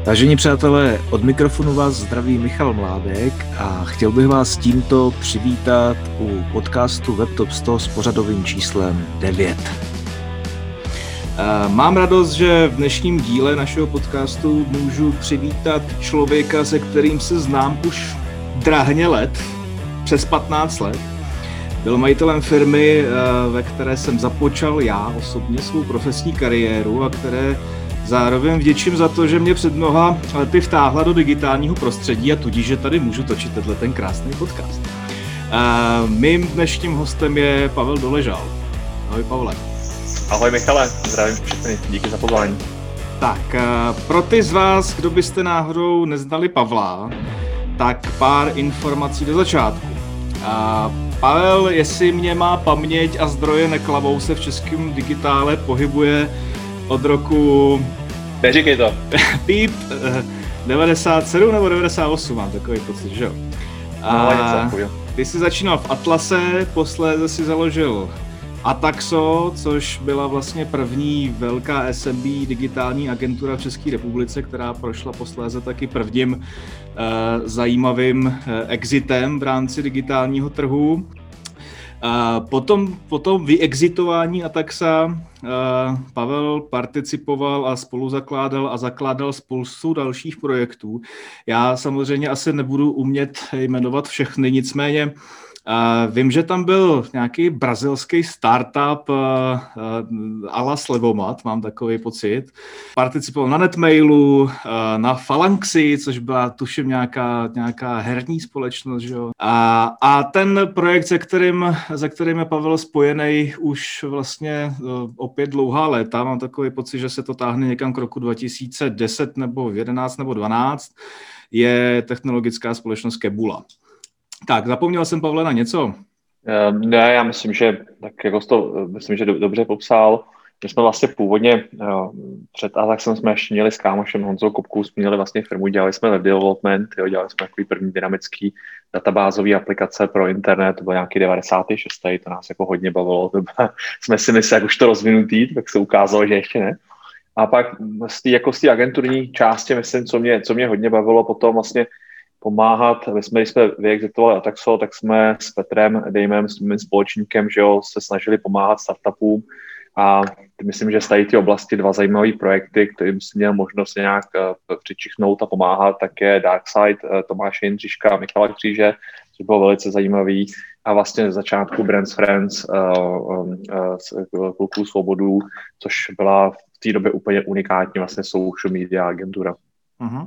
Vážení přátelé, od mikrofonu vás zdraví Michal Mládek a chtěl bych vás tímto přivítat u podcastu WebTop 100 s pořadovým číslem 9. Mám radost, že v dnešním díle našeho podcastu můžu přivítat člověka, se kterým se znám už drahně let, přes 15 let. Byl majitelem firmy, ve které jsem započal já osobně svou profesní kariéru a které zároveň vděčím za to, že mě před mnoha lety vtáhla do digitálního prostředí a tudíž, že tady můžu točit ten krásný podcast. Mým dnešním hostem je Pavel Doležal. Ahoj, Pavle. Ahoj, Michale, zdravím všechny, díky za pozvání. Tak, pro ty z vás, kdo byste náhodou neznali Pavla, tak pár informací do začátku. Pavel, jestli mě má paměť a zdroje neklavou, se v českém digitále pohybuje od roku... Neříkej to. Píp, 97 nebo 98, mám takový pocit, že jo? Ty jsi začínal v Atlase, posléze si založil Ataxo, což byla vlastně první velká SMB digitální agentura v České republice, která prošla posléze taky prvním zajímavým exitem v rámci digitálního trhu. Potom vyexitování Ataxa Pavel participoval a spoluzakládal a zakládal spoustu dalších projektů. Já samozřejmě asi nebudu umět jmenovat všechny, nicméně vím, že tam byl nějaký brazilský startup a la Slevomat, mám takový pocit. Participoval na Netmailu, na Phalanxi, což byla tuším nějaká herní společnost. Že jo? A ten projekt, za kterým je Pavel spojený už vlastně opět dlouhá léta, mám takový pocit, že se to táhne někam k roku 2010 nebo 11 nebo 12, je technologická společnost Kebula. Tak, zapomněl jsem, Pavle, na něco? Ne, já myslím, že dobře popsal. My jsme vlastně původně před Ataxem jsme ještě měli s kámošem Honzou Kopkou, jsme měli vlastně firmu, dělali jsme web development, dělali jsme takový první dynamický databázový aplikace pro internet, to byl nějaký 96. To nás jako hodně bavilo, jsme si mysleli, jak už to rozvinutý, tak se ukázalo, že ještě ne. A pak z té agenturní části, myslím, co mě hodně bavilo potom vlastně pomáhat. Když jsme vyexitovali Ataxo, tak jsme s Petrem Dejmem, s mým společníkem, že jo, se snažili pomáhat startupům a myslím, že z té oblasti dva zajímavé projekty, kterým jsem měl možnost nějak přičichnout a pomáhat, tak je Darkside Tomáše Jindřiška a Michala Kříže, což bylo velice zajímavý, a vlastně na začátku Brands Friends kluků Svobodů, což byla v té době úplně unikátní vlastně social media agentura. Uh-huh.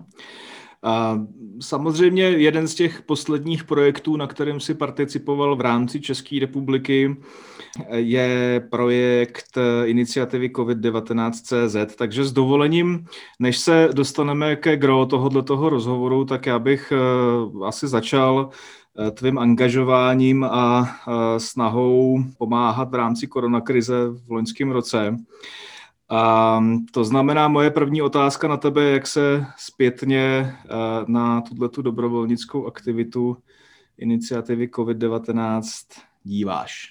Samozřejmě jeden z těch posledních projektů, na kterém si participoval v rámci České republiky, je projekt iniciativy COVID-19.cz, takže s dovolením, než se dostaneme ke gro tohoto rozhovoru, tak já bych asi začal tvým angažováním a snahou pomáhat v rámci koronakrize v loňském roce. To znamená, moje první otázka na tebe, jak se zpětně na tuto dobrovolnickou aktivitu iniciativy COVID-19 díváš?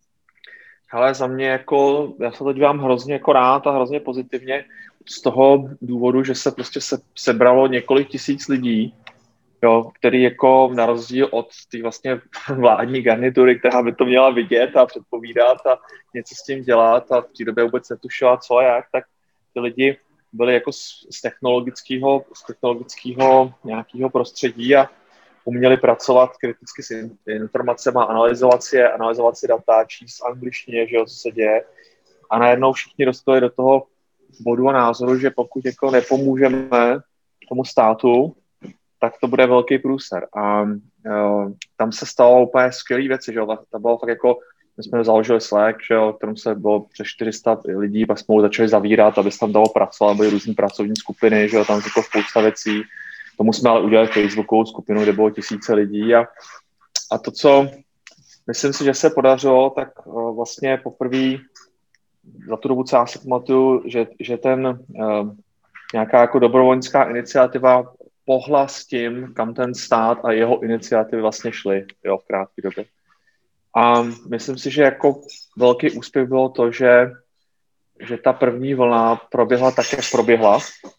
Ale za mě já se to dívám hrozně jako rád a hrozně pozitivně z toho důvodu, že se prostě sebralo několik tisíc lidí, jo, který jako na rozdíl od té vlastně vládní garnitury, která by to měla vidět a předpovídat a něco s tím dělat a v té době vůbec netušila co a jak, tak ty lidi byli jako z technologického nějakého prostředí a uměli pracovat kriticky s informacemi, analyzovat si data, číst angličtině, že jo, co se děje. A najednou všichni dostali do toho bodu a názoru, že pokud jako nepomůžeme tomu státu, tak to bude velký průser. A tam se stalo úplně skvělé věci, že jo. To bylo fakt jako, my jsme založili Slack, že jo, kterým se bylo přes 400 lidí, pak jsme ho začali zavírat, aby se tam dalo pracovat, byly různé pracovní skupiny, že jo, tam vzniklo spousta věcí. Tomu jsme ale udělali Facebookovou skupinu, kde bylo tisíce lidí a to, co myslím si, že se podařilo, tak vlastně poprvé za tu dobu, co já si pamatuju, že ten nějaká jako dobrovolnická iniciativa pohla s tím, kam ten stát a jeho iniciativy vlastně šly, jo, v krátké době. A myslím si, že jako velký úspěch bylo to, že ta první vlna proběhla tak, jak proběhla.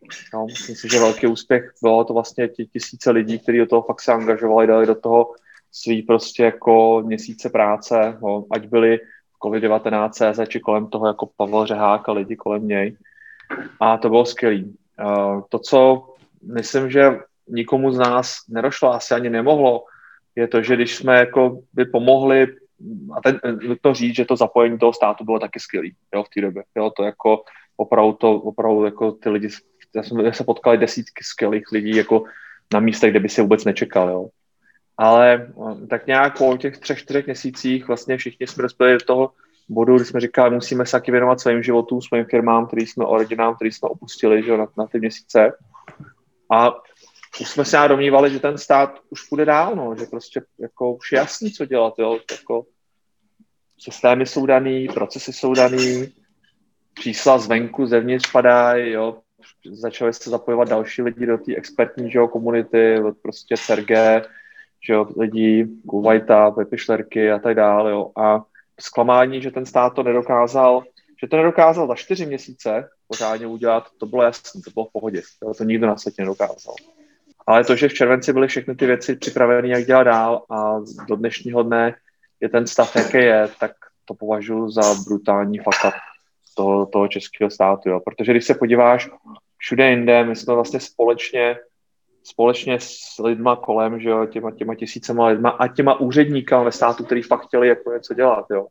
No, myslím si, že velký úspěch bylo to vlastně tisíce lidí, kteří do toho fakt se angažovali, dali do toho svý prostě jako měsíce práce, no, ať byli v COVID-19 CZ, či kolem toho jako Pavel Řehák a lidi kolem něj. A to bylo skvělý. To, co myslím, že nikomu z nás nedošlo, asi ani nemohlo, je to, že když jsme jako by pomohli, a to říct, že to zapojení toho státu bylo taky skvělý, jo, v té době. Jo, to jako opravdu jako ty lidi, já jsem se potkali desítky skvělých lidí jako na místech, kde by si vůbec nečekal, jo. Ale tak nějak po těch 3-4 měsících vlastně všichni jsme dospěli do toho bodu, kdy jsme říkali, musíme se taky věnovat svým životům, svým firmám, o rodinám, který jsme opustili, že, na ty měsíce. A už jsme se domnívali, že ten stát už půjde dál, no, že prostě jako už je jasný, co dělat, jo, jako systémy jsou daný, procesy jsou daný, čísla zvenku, zevnitř padají, jo, začali se zapojovat další lidi do té expertní, že jo, komunity, od prostě Serge, že jo, lidí, Kuwaita, Pepi Šlerky a tak dále, jo, a zklamání, že ten stát to nedokázal za 4 měsíce pořádně udělat, to bylo jasné, to bylo v pohodě, jo, to nikdo na světě nedokázal. Ale to, že v červenci byly všechny ty věci připravené, jak dělat dál a do dnešního dne je ten stav, jaký je, tak to považuji za brutální fuck up toho českého státu, jo. Protože když se podíváš všude jinde, my jsme vlastně společně s lidma kolem, že jo, těma tisícema lidma a těma úředníkama ve státu, který fakt chtěli jako něco dělat, jo.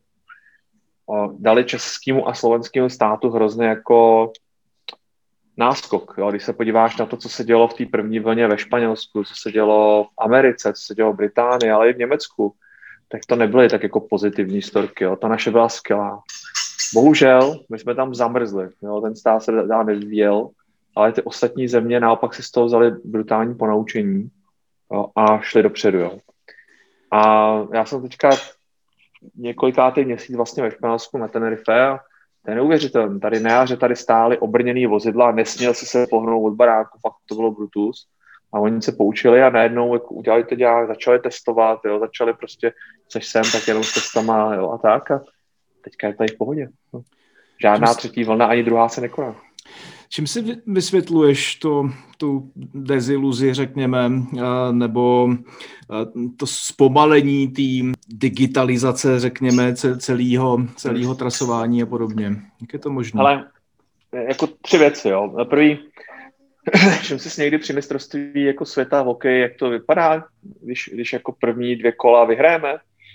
Dali českému a slovenskému státu hrozně jako náskok, jo. Když se podíváš na to, co se dělo v té první vlně ve Španělsku, co se dělo v Americe, co se dělo v Británii, ale i v Německu, tak to nebyly tak jako pozitivní storky, jo. Ta naše byla skvělá. Bohužel, my jsme tam zamrzli, jo. Ten stát se dál nevyvíjel, ale ty ostatní země naopak si z toho vzali brutální ponaučení, jo, a šli dopředu, jo. A já jsem teďka několikátý měsíc vlastně ve Španělsku na Tenerife a to je neuvěřitelné. Tady na jaře tady stály obrněný vozidla a nesměl si se pohnout od baráku, fakt to bylo brutus. A oni se poučili a najednou jako udělali to dělat, začali testovat, jo, začali prostě, seš sem, tak jenom s testama, jo, a tak. A teďka je tady v pohodě. No. Žádná třetí vlna, ani druhá se nekoná. Čím si vysvětluješ tu deziluzi, řekněme, nebo to zpomalení té digitalizace, řekněme, celého trasování a podobně? Jak je to možné? Ale jako 3 věci, jo. Na prvý, všem si někdy při mistrovství jako světa v hokeji, jak to vypadá, když jako první 2 kola vyhráme,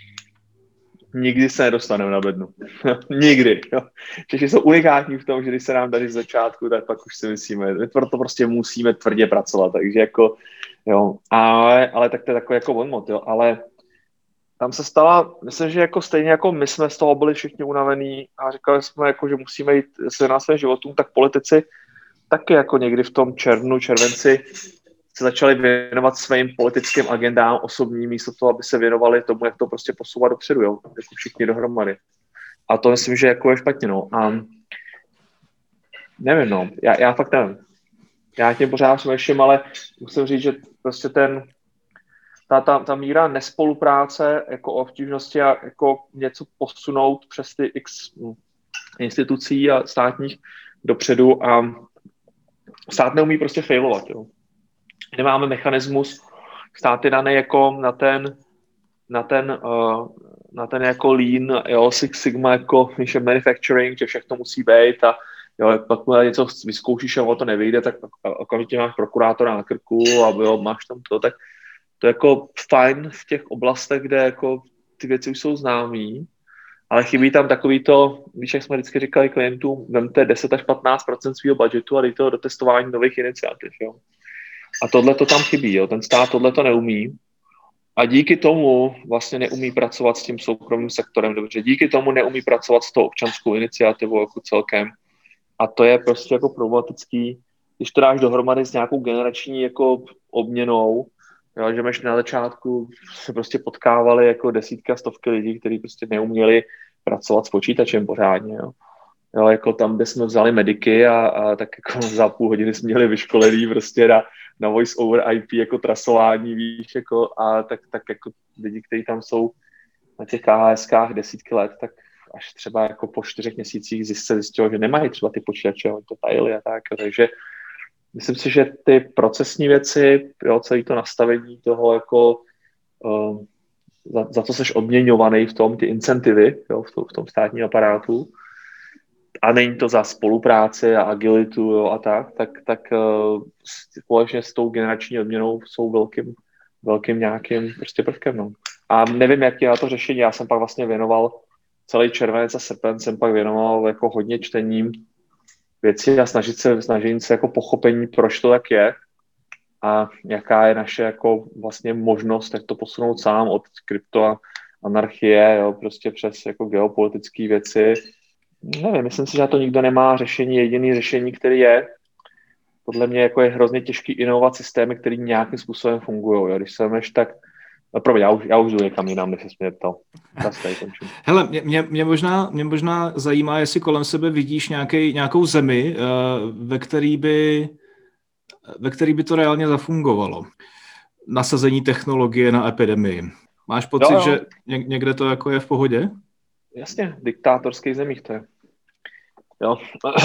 nikdy se nedostaneme na bednu. Nikdy. Jo. Češi jsou unikátní v tom, že když se nám daří z začátku, tak pak už si myslíme, my proto prostě musíme tvrdě pracovat, takže jako, jo, ale tak to je takový jako bonmot, jo, ale tam se stala, myslím, že jako stejně jako my jsme z toho byli všichni unavení a říkali jsme, jako, že musíme jít se na svém životům, tak politici taky jako někdy v tom červenci se začali věnovat svým politickým agendám osobní místo toho, aby se věnovali tomu, jak to prostě posouvat dopředu, jo, jako všichni dohromady. A to myslím, že jako je špatně, no. A nevím, no, já fakt nevím. Já tím pořád smeším, ale musím říct, že prostě ta míra nespolupráce jako obtížnosti a jako něco posunout přes ty x institucí a státních dopředu a stát neumí prostě failovat, jo. Nemáme mechanismus, stát je daný jako na ten jako lean, jo, Six Sigma, jako když je manufacturing, že všechno musí být a jo, pak něco vyzkoušíš a ono to nevyjde, tak okamžitě máš prokurátora na krku a jo, máš tam to, tak to je jako fajn v těch oblastech, kde jako ty věci už jsou známý, ale chybí tam takový to, víš, jak jsme vždycky říkali klientům, vemte 10-15% svého budgetu a dejte ho do testování nových iniciativ, jo. A tohle to tam chybí, jo. Ten stát tohle to neumí a díky tomu vlastně neumí pracovat s tím soukromým sektorem dobře. Díky tomu neumí pracovat s tou občanskou iniciativou jako celkem. A to je prostě jako problematický, když to dáš dohromady s nějakou generační jako obměnou, jo, že máš na začátku se prostě potkávali jako desítky a stovky lidí, kteří prostě neuměli pracovat s počítačem pořádně, jo. Jo, jako tam, kde jsme vzali mediky a tak jako za půl hodiny jsme měli vyškolený prostě na voice over IP jako trasování, víš, jako a tak jako lidi, kteří tam jsou na těch KHSkách desítky let, tak až třeba jako po 4 měsících se zjistilo, že nemají třeba ty počítače, oni to tajili a tak, takže myslím si, že ty procesní věci, jo, celé to nastavení toho, jako za co seš odměňovaný v tom, ty incentivy, jo, v tom státním aparátu, a není to za spolupráci a agilitu, jo, a tak společně s tou generační odměnou jsou velkým nějakým prostě prvkem. No. A nevím, jak je na to řešení. Já jsem pak vlastně věnoval celý červenec a srpen jsem pak věnoval jako hodně čtením věcí a snažím se jako pochopení, proč to tak je a jaká je naše jako vlastně možnost, jak to posunout sám od kryptoanarchie, jo, prostě přes jako geopolitické věci. Nevím, myslím si, že to nikdo nemá řešení, jediný řešení, který je, podle mě jako je hrozně těžký inovovat systémy, které nějakým způsobem fungují. Když se vemeš, tak já už jdu někam jinam, než jsi mě ptal. Hele, mě možná zajímá, jestli kolem sebe vidíš nějakou zemi, ve který by to reálně zafungovalo. Nasazení technologie na epidemii. Máš pocit, jo. Že někde to jako je v pohodě? Jasně, v diktátorských zemích to je. Jo.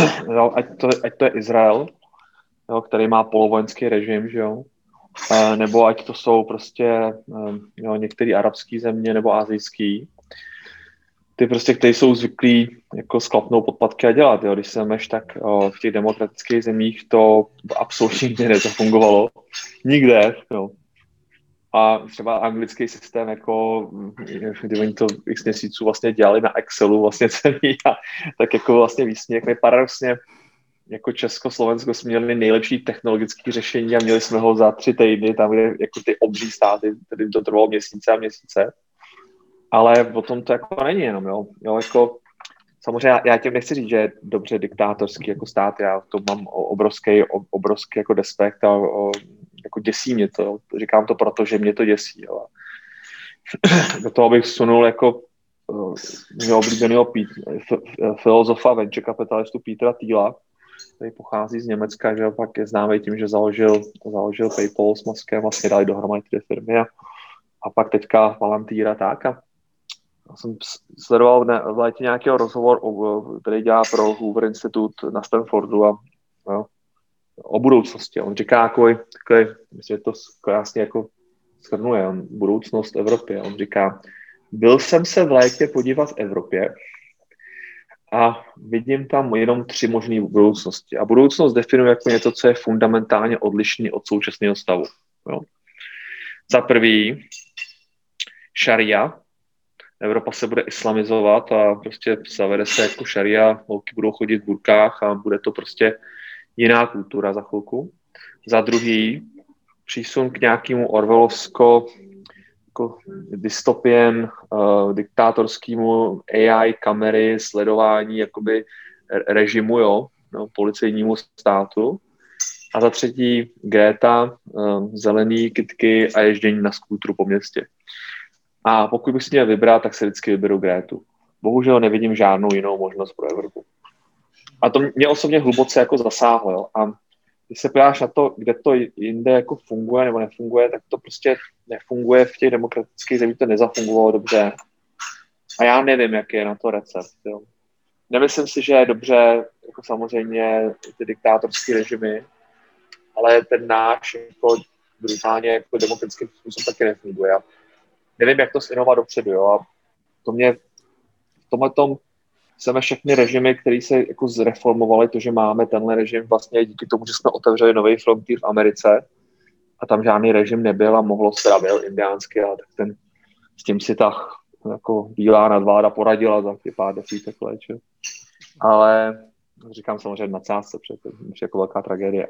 Ať to je Izrael, jo, který má polovojenský režim, že jo? Nebo ať to jsou prostě některé arabské země nebo asijský. Ty prostě, kteří jsou zvyklí jako sklapnout podpatky a dělat. Jo? Když se vemeš, tak v těch demokratických zemích to absolutně nikdy nezafungovalo. Nikde. Jo. A třeba anglický systém, jako, kdy oni to x měsíců vlastně dělali na Excelu vlastně celý, a tak jako vlastně výsměch. My paradoxně jako Československo jsme měli nejlepší technologické řešení a měli jsme ho za 3 týdny, tam, kde jako ty obří státy, tedy to trvalo měsíce a měsíce. Ale potom to jako není jenom, jo jako, samozřejmě já tím nechci říct, že je dobře diktátorský jako stát, já to mám obrovský jako despekt a jako děsí mě to, říkám to proto, že mě to děsí, jo. Do toho bych sunul jako mého oblíbeného filozofa, venture kapitalistu Petera Thiela, který pochází z Německa, že pak je známý tím, že založil PayPal s Muskem, vlastně dali dohromady 2 firmy a pak teďka Valentíra tak. Já jsem sledoval v létě nějakého rozhovor, který dělá pro Hoover Institute na Stanfordu a o budoucnosti. On říká takový, myslím, že to krásně jako shrnuje, budoucnost Evropy. On říká, byl jsem se v létě podívat v Evropě a vidím tam jenom 3 možné budoucnosti. A budoucnost definuje jako něco, co je fundamentálně odlišný od současného stavu. Jo. Za prvý, šaria. Evropa se bude islamizovat a prostě zavede se jako šaria, holky budou chodit v burkách a bude to prostě jiná kultura za chvilku. Za druhý, přísun k nějakému orwellovsko jako dystopien, diktátorskému AI kamery, sledování jakoby režimu, policejnímu státu. A za třetí, Greta, zelený kytky a ježdění na skútru po městě. A pokud bych si měl vybrat, tak se vždycky vyberu Grétu. Bohužel nevidím žádnou jinou možnost pro Evropu. A to mě osobně hluboce jako zasáhlo. Jo. A když se podíváš na to, kde to jinde jako funguje nebo nefunguje, tak to prostě nefunguje v těch demokratických zemích, to nezafungovalo dobře. A já nevím, jaký je na to recept. Jo. Nemyslím si, že je dobře, jako samozřejmě ty diktátorské režimy, ale ten náš jako brutálně jako demokratický způsob taky nefunguje. Nevím, jak to inovat dopředu, jo. A to mě v tomhletom chceme všechny režimy, které se jako zreformovaly, to, že máme tenhle režim vlastně díky tomu, že jsme otevřeli nový frontier v Americe a tam žádný režim nebyl a mohlo se, a byl indiánský, ale tak s tím si ta jako bílá nadvláda poradila za pár desítek let, že? Ale říkám samozřejmě na nadsázce, protože to je jako velká tragédie,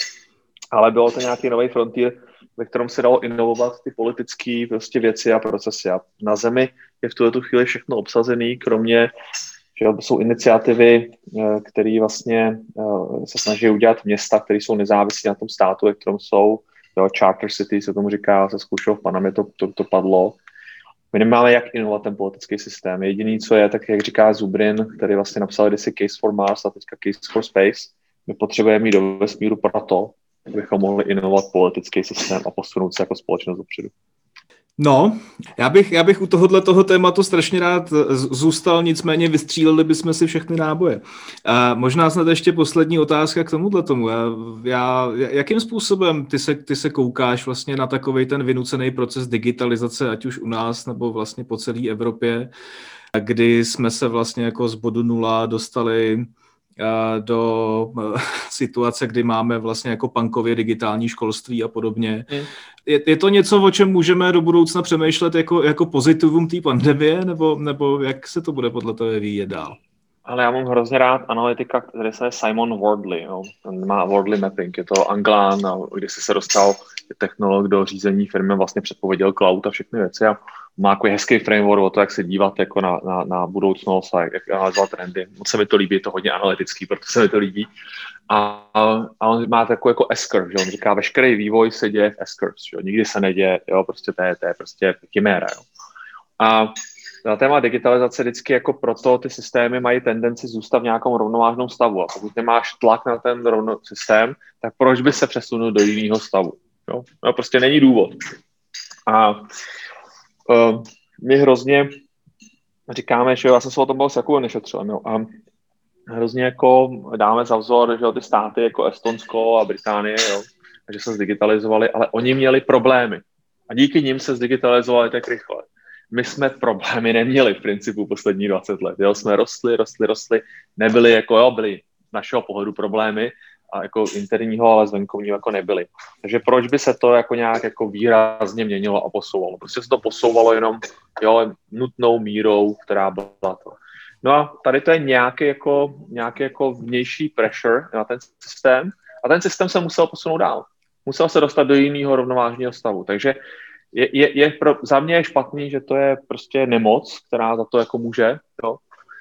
ale bylo to nějaký nový frontier, ve kterém se dalo inovovat ty politické prostě věci a procesy. A na zemi je v tuto chvíli všechno obsazené, kromě, že jsou iniciativy, které vlastně se snaží udělat města, které jsou nezávislé na tom státu, ve kterém jsou. Jo, charter city se tomu říká, se zkoušelo v Panamě, to padlo. My nemáme jak inovovat ten politický systém. Jediný, co je, tak jak říká Zubrin, který vlastně napsal kdysi Case for Mars a teďka Case for Space, my potřebujeme jít do vesmíru proto, abychom mohli inovovat politický systém a posunout se jako společnost dopředu. No, já bych u toho tématu strašně rád zůstal, nicméně vystříleli bychom si všechny náboje. Možná snad ještě poslední otázka k tomuhle tomu. Jakým způsobem ty se koukáš vlastně na takovej ten vynucený proces digitalizace, ať už u nás, nebo vlastně po celé Evropě, kdy jsme se vlastně jako z bodu nula dostali do situace, kdy máme vlastně jako punkově digitální školství a podobně. Je to něco, o čem můžeme do budoucna přemýšlet jako pozitivum té pandemie, nebo jak se to bude podle toho vyvíjet dál? Ale já mám hrozně rád analytika, který se jmenuje Simon Wardley. Jo. On má Wardley Mapping, je to Anglán, kde se dostal technolog do řízení firmy, vlastně předpověděl cloud a všechny věci a má takový hezký framework o to, jak se dívat jako na budoucnost a jak analyzovat trendy. Moc se mi to líbí, je to hodně analytický, proto se mi to líbí. A on má takovou jako S-curve, že on říká, veškerý vývoj se děje v S-curves, že nikdy se neděje, jo, prostě to je prostě chiméra, jo. A na téma digitalizace vždycky jako proto ty systémy mají tendenci zůstat v nějakém rovnovážném stavu. A pokud nemáš tlak na ten systém, tak proč by se přesunul do jiného stavu? Jo? No, prostě není důvod. A my hrozně říkáme, že já jsem se o tom byl s Jakubem Nešetřelem, jo, a hrozně jako dáme za vzor, že ty státy jako Estonsko a Británie, jo, že se zdigitalizovali, ale oni měli problémy. A díky nim se zdigitalizovali tak rychle. My jsme problémy neměli v principu poslední 20 let. Jo? Jsme rostli, nebyly jako, jo, byly z našeho pohledu problémy a jako interního, ale z venkovního jako nebyly. Takže proč by se to jako nějak jako výrazně měnilo a posouvalo? Prostě se to posouvalo jenom, jo, nutnou mírou, která byla to. No a tady to je nějaký jako vnější pressure na ten systém a ten systém se musel posunout dál. Musel se dostat do jiného rovnovážného stavu. Takže za mě je špatný, že to je prostě nemoc, která za to jako může, jo.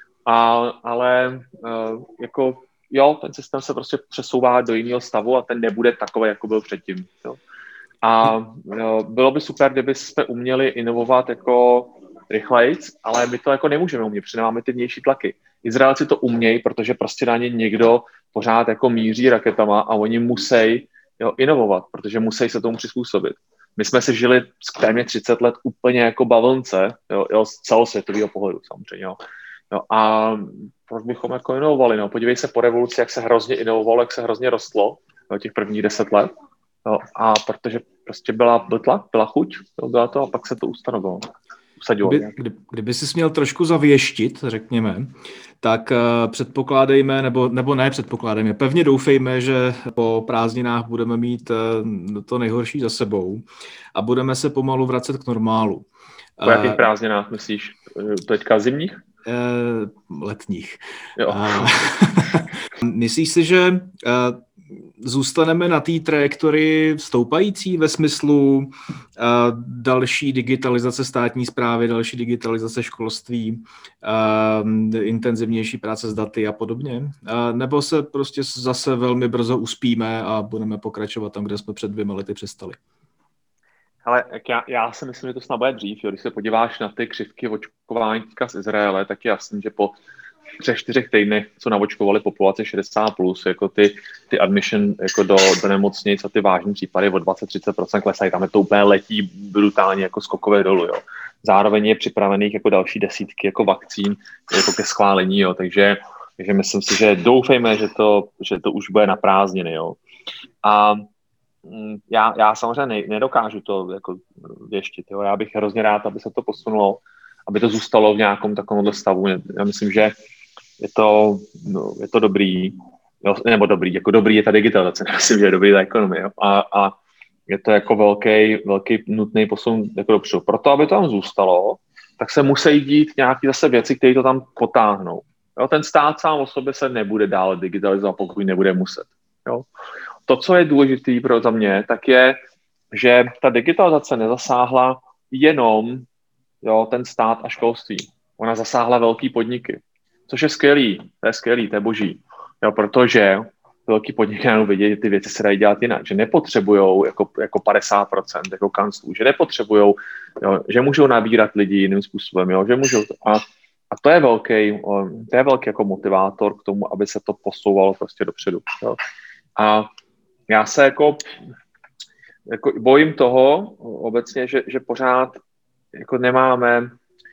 Ale jako jo, ten systém se prostě přesouvá do jiného stavu a ten nebude takový, jako byl předtím. Jo. A bylo by super, kdyby jsme uměli inovovat jako rychlejc, ale my to jako nemůžeme umět, protože nemáme ty vnější tlaky. Izraelci to umějí, protože prostě na ně někdo pořád jako míří raketama a oni musí inovovat, protože musí se tomu přizpůsobit. My jsme si žili téměř 30 let úplně jako bavlnce, jo, z celosvětového pohledu samozřejmě. Jo. A proč bychom jako inovovali? No? Podívej se po revoluci, jak se hrozně inovovalo, jak se hrozně rostlo těch prvních 10 let. Jo. A protože prostě byl tlak, byla chuť, byla to a pak se to ustanovilo. Kdyby si směl trošku zavěštit, řekněme, tak předpokládejme, nebo ne předpokládejme, pevně doufejme, že po prázdninách budeme mít to nejhorší za sebou a budeme se pomalu vracet k normálu. Po jakých prázdninách myslíš? Teďka zimních? Letních. Jo. Myslíš si, že zůstaneme na té trajektorii stoupající ve smyslu další digitalizace státní správy, další digitalizace školství, intenzivnější práce s daty a podobně? Nebo se prostě zase velmi brzo uspíme a budeme pokračovat tam, kde jsme před 2 lety přestali? Ale já si myslím, že to snad bude dřív. Jo. Když se podíváš na ty křivky očkování z Izraele, tak je jasný, že po 3-4 týdnech, co naočkovali populaci 60+, jako ty admission jako do nemocnic a ty vážné případy o 20-30% klesají. Tam je to úplně letí brutálně jako skokové dolů. Jo. Zároveň je připravených jako další desítky jako vakcín jako ke schválení. Jo. Takže myslím si, že doufejme, že to už bude na prázdniny. Jo. A já samozřejmě nedokážu to jako věštit. Jo. Já bych hrozně rád, aby se to posunulo, aby to zůstalo v nějakém takovémhle stavu. Já myslím, že je to dobrý, jo, nebo dobrý, jako dobrý je ta digitalizace, myslím, že je dobrý ta ekonomie. Jo. A je to jako velký nutný posun jako dopředu. Proto, aby to tam zůstalo, tak se musí dít nějaké zase věci, které to tam potáhnou. Jo. Ten stát sám o sobě se nebude dále digitalizovat, pokud nebude muset. Jo. To, co je důležité pro mě, tak je, že ta digitalizace nezasáhla jenom ten stát a školství. Ona zasáhla velký podniky, což je skvělý, to je boží. Jo, protože velký podniky jenom vidět, že ty věci se dají dělat jinak, že nepotřebujou jako 50% jako kanclů, že nepotřebujou, že můžou nabírat lidi jiným způsobem, jo, že můžou, a to je velký jako motivátor k tomu, aby se to posouvalo prostě dopředu. Jo. A já se jako bojím toho obecně, že pořád jako nemáme,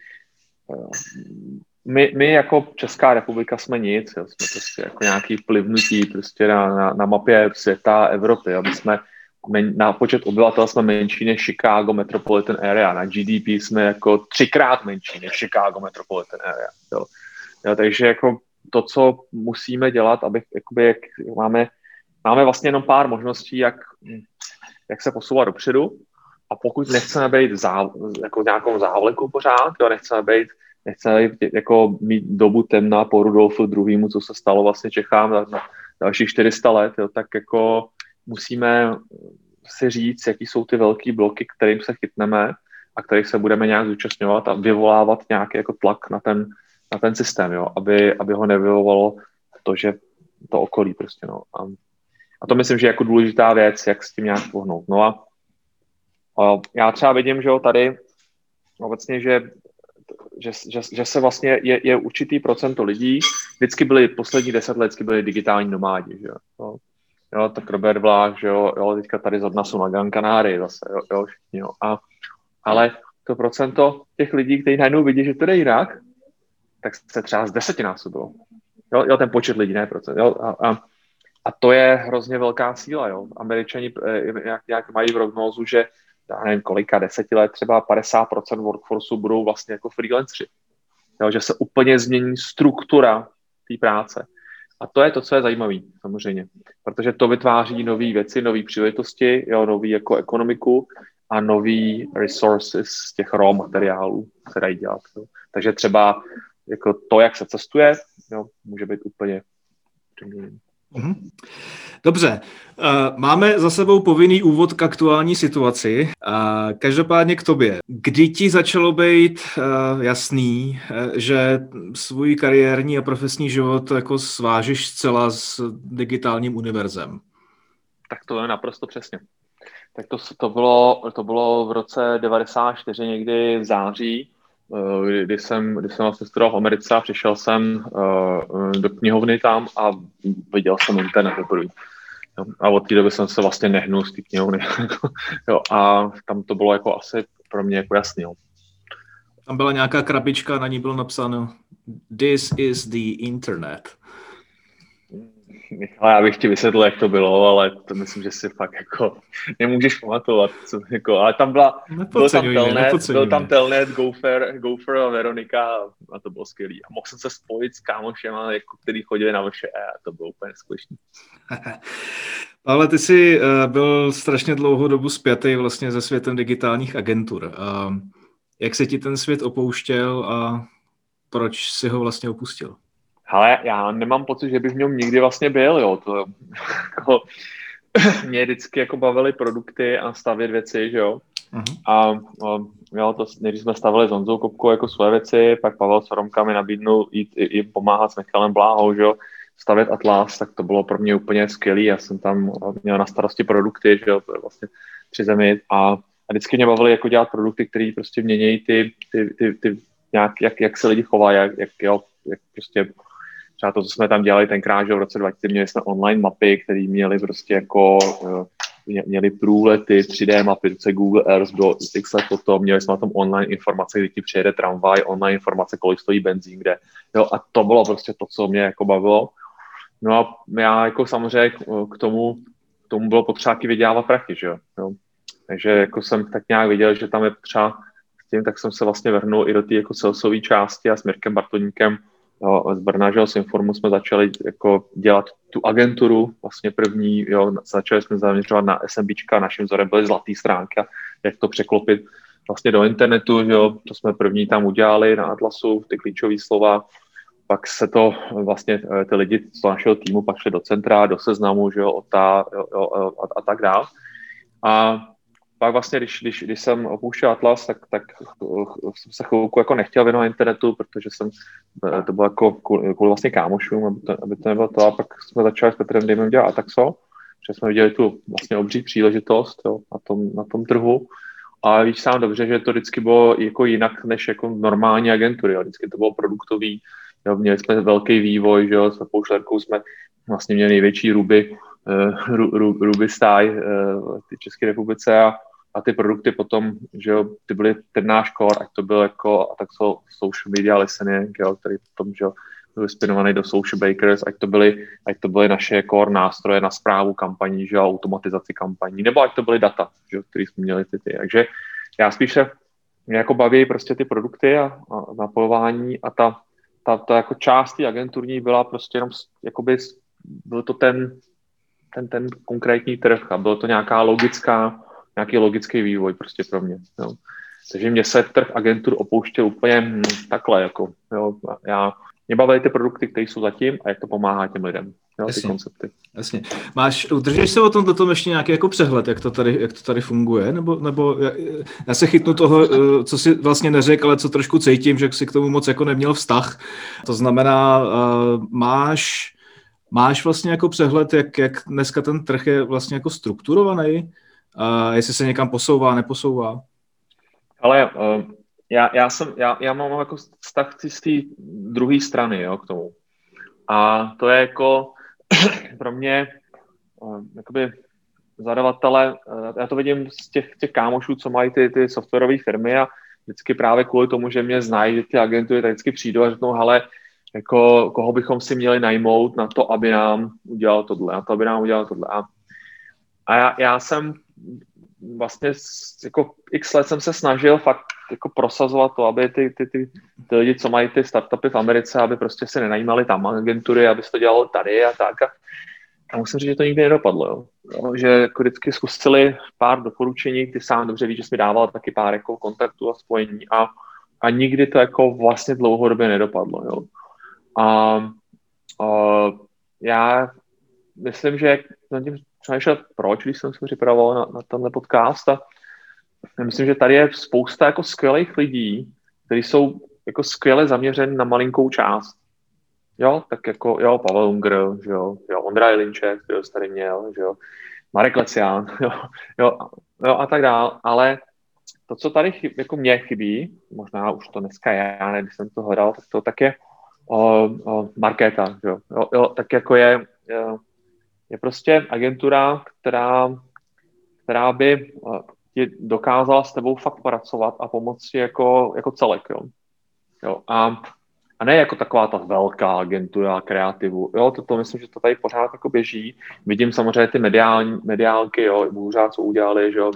my jako Česká republika jsme nic, jo, jsme prostě jako nějaký plivnutí prostě na mapě světa, Evropy, aby jsme na počet obyvatel jsme menší než Chicago Metropolitan Area, na GDP jsme jako 3x menší než Chicago Metropolitan Area, jo. Jo, takže jako to, co musíme dělat, jak máme vlastně jenom pár možností, jak se posouvat dopředu, a pokud nechceme být jako nějakou závleku pořád, jo, nechceme být jako mít dobu temna po Rudolfu II., co se stalo vlastně Čechám na dalších 400 let, jo, tak jako musíme si říct, jaký jsou ty velký bloky, kterým se chytneme a kterých se budeme nějak zúčastňovat a vyvolávat nějaký jako tlak na ten systém, jo, aby ho nevyvolalo to okolí prostě, no. A to myslím, že je jako důležitá věc, jak s tím nějak pohnout. No a já třeba vidím, že jo, tady obecně, že se vlastně je určitý procento lidí, vždycky byli poslední 10 let byli digitální nomádi, že jo. Jo, tak Robert Vlách, že jo, teďka tady zrovna jsou na Gran Canaria zase, jo, všichni, jo. Ale to procento těch lidí, kteří najednou vidí, že to jde jinak, tak se třeba z 10násobilo. Jo, ten počet lidí, ne procent, jo, a to je hrozně velká síla, jo. Američani nějak mají prognózu, že já nevím kolika, 10 let, třeba 50% workforceu budou vlastně jako freelanceri. Jo, že se úplně změní struktura té práce. A to je to, co je zajímavé, samozřejmě. Protože to vytváří nové věci, nové příležitosti, jo, nový jako ekonomiku a nový resources z těch raw materiálů, se dají dělat. Jo. Takže třeba jako to, jak se cestuje, jo, může být úplně přeměněný. Dobře, máme za sebou povinný úvod k aktuální situaci. Každopádně k tobě. Kdy ti začalo být jasný, že svůj kariérní a profesní život jako svážeš zcela s digitálním univerzem? Tak to je naprosto přesně. Tak to bylo v roce 94, někdy v září, kdy jsem vlastně studoval v Americe a přišel jsem do knihovny tam a viděl jsem internet poprvé. A od té doby jsem se vlastně nehnul z té knihovny. Jo, a tam to bylo jako asi pro mě jako jasný. Jo. Tam byla nějaká krabička, na ní bylo napsáno This is the internet. Michal, já bych ti vysvětlil, jak to bylo, ale to myslím, že si fakt jako nemůžeš pamatovat. Jako, ale tam byl tam Telnet, Gopher a Veronika a to bylo skvělý. A mohl jsem se spojit s kámošema, jako, který chodili na vaše a to bylo úplně skvělý. Ale ty jsi byl strašně dlouhou dobu spjatý vlastně se světem digitálních agentur. Jak se ti ten svět opouštěl a proč si ho vlastně opustil? Ale já nemám pocit, že bych v něm nikdy vlastně byl, jo. To, jako, mě vždycky jako bavily produkty a stavět věci, že jo. Uh-huh. A jo, to, když jsme stavili s Honzou Kopkou jako své věci, pak Pavel Soromka mi nabídnul jít pomáhat s Michalem Bláhou, že jo, stavět Atlas, tak to bylo pro mě úplně skvělý. Já jsem tam měl na starosti produkty, že jo, to je vlastně při zemi a vždycky mě bavily jako dělat produkty, které prostě měnějí ty nějak, jak se lidi chovají, jak prostě třeba to, co jsme tam dělali tenkrát, že v roce 2000 měli jsme online mapy, které měly prostě jako měli průlety, 3D mapy, co Google Earth bylo x let potom, měli jsme na tom online informace, kdy ti přijede tramvaj, online informace, kolik stojí benzín, kde, jo, a to bylo prostě to, co mě jako bavilo. No a já jako samozřejmě k tomu bylo potřeba vydělávat prachy, že jo. Takže jako jsem tak nějak viděl, že tam je potřeba s tím, tak jsem se vlastně vrhnul i do té jako salesové části a s Mirkem Bartoníkem z Brna, že z Informu jsme začali jako dělat tu agenturu, vlastně první, jo, začali jsme zaměřovat na SMBčka, naším vzorem byly zlatý stránky, jak to překlopit vlastně do internetu, že jo, to jsme první tam udělali na Atlasu, ty klíčové slova, pak se to vlastně ty lidi z našeho týmu pak šli do centra, do Seznamu, že jo, a tak dál. A pak vlastně, když jsem opouštěl Atlas, tak jsem se chvilku jako nechtěl věnovat internetu, protože to bylo jako kvůli vlastně kámošům, aby to nebylo to. A pak jsme začali s Petrem Dejmem dělat Ataxo, že jsme viděli tu vlastně obří příležitost, jo, na tom trhu. A víš sám dobře, že to vždycky bylo jako jinak než jako normální agentury. Jo. Vždycky to bylo produktový, jo, měli jsme velký vývoj, že jo, s Poušlerkou jsme vlastně měli největší Ruby stáj v České republice a ty produkty potom, že jo, ty byly ten náš core, ať to byl jako, a tak jsou social media listening, jo, který potom, že jo, byl spinovaný do social bakers, ať to byly naše core nástroje na správu kampaní, že jo, automatizaci kampaní, nebo ať to byly data, že jo, který jsme měli ty. Takže já spíš se mě jako baví prostě ty produkty a napojování a ta jako část té agenturní byla prostě jenom jakoby, byl to ten konkrétní trh a bylo to nějaký logický vývoj prostě pro mě. Jo. Takže mě se trh agentur opouštěl úplně takhle, jako, jo, mě baví ty produkty, které jsou zatím a jak to pomáhá těm lidem, jo, ty koncepty. Jasně. Udržíš se o tom ještě nějaký jako přehled, jak to tady funguje? Nebo já se chytnu toho, co si vlastně neřekl, ale co trošku cítím, že si k tomu moc jako neměl vztah. To znamená, máš vlastně jako přehled, jak dneska ten trh je vlastně jako strukturovaný? Jestli se někam posouvá, neposouvá? Ale já mám jako vztah z té druhé strany, jo, k tomu. A to je jako pro mě jakoby zadavatele, já to vidím z těch kámošů, co mají ty softwarové firmy a vždycky právě kvůli tomu, že mě znají, že ty agentury tak vždycky přijdou a řeknou, hele, jako koho bychom si měli najmout na to, aby nám udělal tohle, A já jsem vlastně jako x let jsem se snažil fakt jako prosazovat to, aby ty lidi, co mají ty startupy v Americe, aby prostě se nenajímali tam agentury, aby se to dělalo tady a tak. A musím říct, že to nikdy nedopadlo. Jo. Že jako vždycky zkusili pár doporučení, ty sám dobře víš, že jsi mi dával taky pár jako kontaktů a spojení a nikdy to jako vlastně dlouhodobě nedopadlo. Jo. A já myslím, že jsem tím přemýšlel, proč, když jsem se připravoval na tenhle podcast a myslím, že tady je spousta jako skvělých lidí, kteří jsou jako skvěle zaměřeni na malinkou část. Jo, tak jako, jo, Pavel Unger, že jo, Ondra Jelinček, který jsi tady měl, že jo, Marek Lecián, jo, a tak dál, ale to, co tady jako mě chybí, možná už to dneska já, ne, když jsem to hledal, tak je markéta, jo, tak jako je prostě agentura, která by ti dokázala s tebou fakt pracovat a pomoci jako celek, jo. A ne jako taková ta velká agentura kreativu, jo, to myslím, že to tady pořád jako běží. Vidím samozřejmě ty mediálky, jo, pořád co udělali, že jo,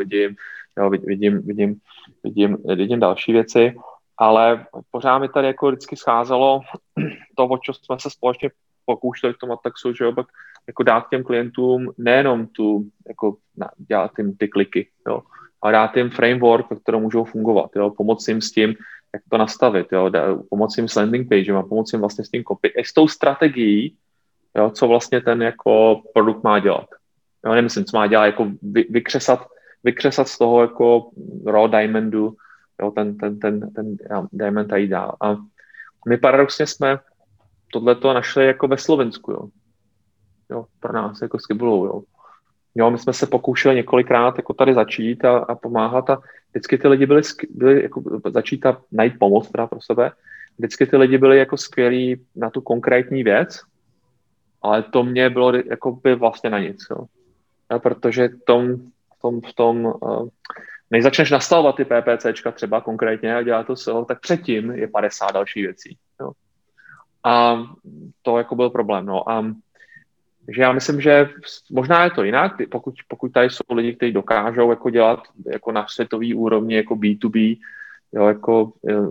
vidím další věci, ale pořád mi tady jako vždycky scházelo to, o čem jsme se společně pokoušeli v tom Ataxu, že jo, jako dát těm klientům nejenom dělat jim ty kliky, jo, ale dát jim framework, ve kterém můžou fungovat, jo, pomoct jim s tím, jak to nastavit, jo, pomoct jim s landing pagem a pomoct jim vlastně s tím copy, s tou strategií, jo, co vlastně ten jako produkt má dělat. Jo, nemyslím, co má dělat, jako vykřesat z toho jako raw diamondu, jo, ten diamond a jít dál. A my paradoxně jsme tohleto našli jako ve Slovensku, jo, pro nás, jako s Kybulou, jo. Jo, my jsme se pokoušeli několikrát jako tady začít a pomáhat a vždycky ty lidi byli jako začít a najít pomoc teda pro sebe. Vždycky ty lidi byli jako skvělí na tu konkrétní věc, ale to mě bylo jako by vlastně na nic, jo. Ja, protože v tom než začneš nastavovat ty PPCčka třeba konkrétně a dělat to SEO, tak předtím je 50 dalších věcí, jo. A to jako byl problém, no. Takže já myslím, že možná je to jinak, pokud tady jsou lidi, kteří dokážou jako dělat jako na světový úrovni, jako B2B, jo, jako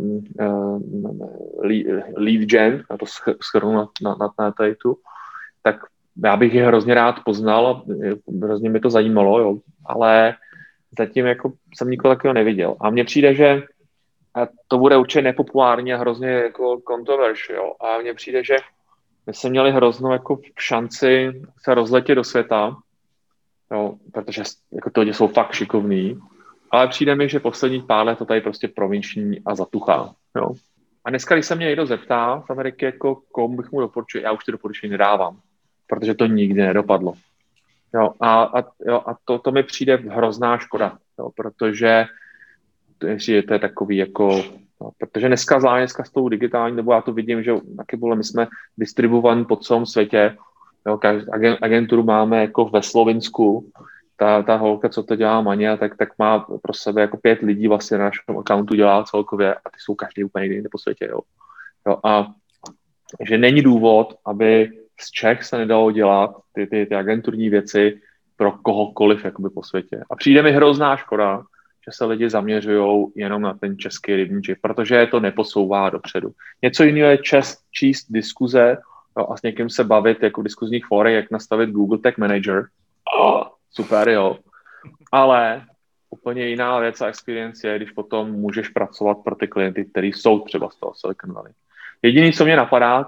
lead gen, na to shrnu na tady tu, tak já bych je hrozně rád poznal a hrozně mi to zajímalo, jo, ale zatím jako jsem nikoho takového neviděl. A mně přijde, že to bude určitě nepopulární a hrozně jako controversial. A mně přijde, že my jsme měli hroznou jako šanci se rozletět do světa, jo, protože jako ty lidi jsou fakt šikovní, ale přijde mi, že poslední pár let to tady prostě provinční a zatuchá. Jo. A dneska, když se mě někdo zeptá z Ameriky, jako komu bych mu doporučil, já už ty doporučení nedávám, protože to nikdy nedopadlo. Jo, a to mi přijde hrozná škoda, jo, protože to je takový jako, no, protože dneska s tou digitální, nebo já to vidím, že taky my jsme distribuovaní po celém světě, jo, agenturu máme jako ve Slovinsku, ta holka, co to dělá Maně, tak má pro sebe jako 5 lidí vlastně na našem accountu dělá celkově a ty jsou každý úplně někde po světě, jo. A že není důvod, aby z Čech se nedalo dělat ty agenturní věci pro kohokoliv jakoby po světě. A přijde mi hrozná škoda, že se lidi zaměřují jenom na ten český rybníček, protože je to neposouvá dopředu. Něco jiného je číst diskuze, jo, a s někým se bavit jako v diskuzních fórech, jak nastavit Google Tag Manager. Super, jo. Ale úplně jiná věc a experience je, když potom můžeš pracovat pro ty klienty, kteří jsou třeba z toho Silicon Valley. Jediné, co mě napadá,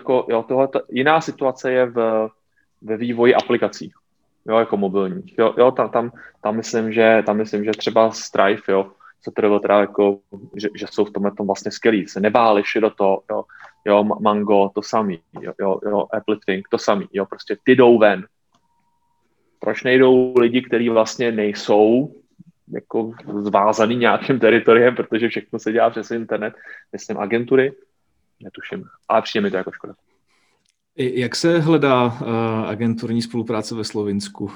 jiná situace je ve vývoji aplikací, jo, jako mobilních. Jo, tam myslím, že třeba Stripe, jo, co to bylo teda jako, že jsou v tomhle tom vlastně skvělí, se nebáli do toho, jo, Mango, to samý, jo, Apple Think, to samý, jo, prostě ty jdou ven. Proč nejdou lidi, kteří vlastně nejsou jako zvázaný nějakým teritoriem, protože všechno se dělá přes internet, myslím agentury, netuším, ale přijde mi to jako škoda. Jak se hledá agenturní spolupráce ve Slovinsku?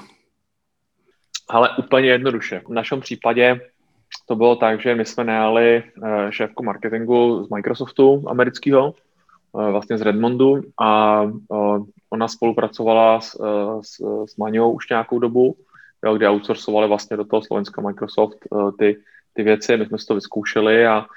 Ale úplně jednoduše. V našem případě to bylo tak, že my jsme najali šéfku marketingu z Microsoftu amerického, vlastně z Redmondu, a ona spolupracovala s Maňou už nějakou dobu, jo, kde outsourcovali vlastně do toho Slovenska Microsoft ty věci, my jsme si to vyzkoušeli a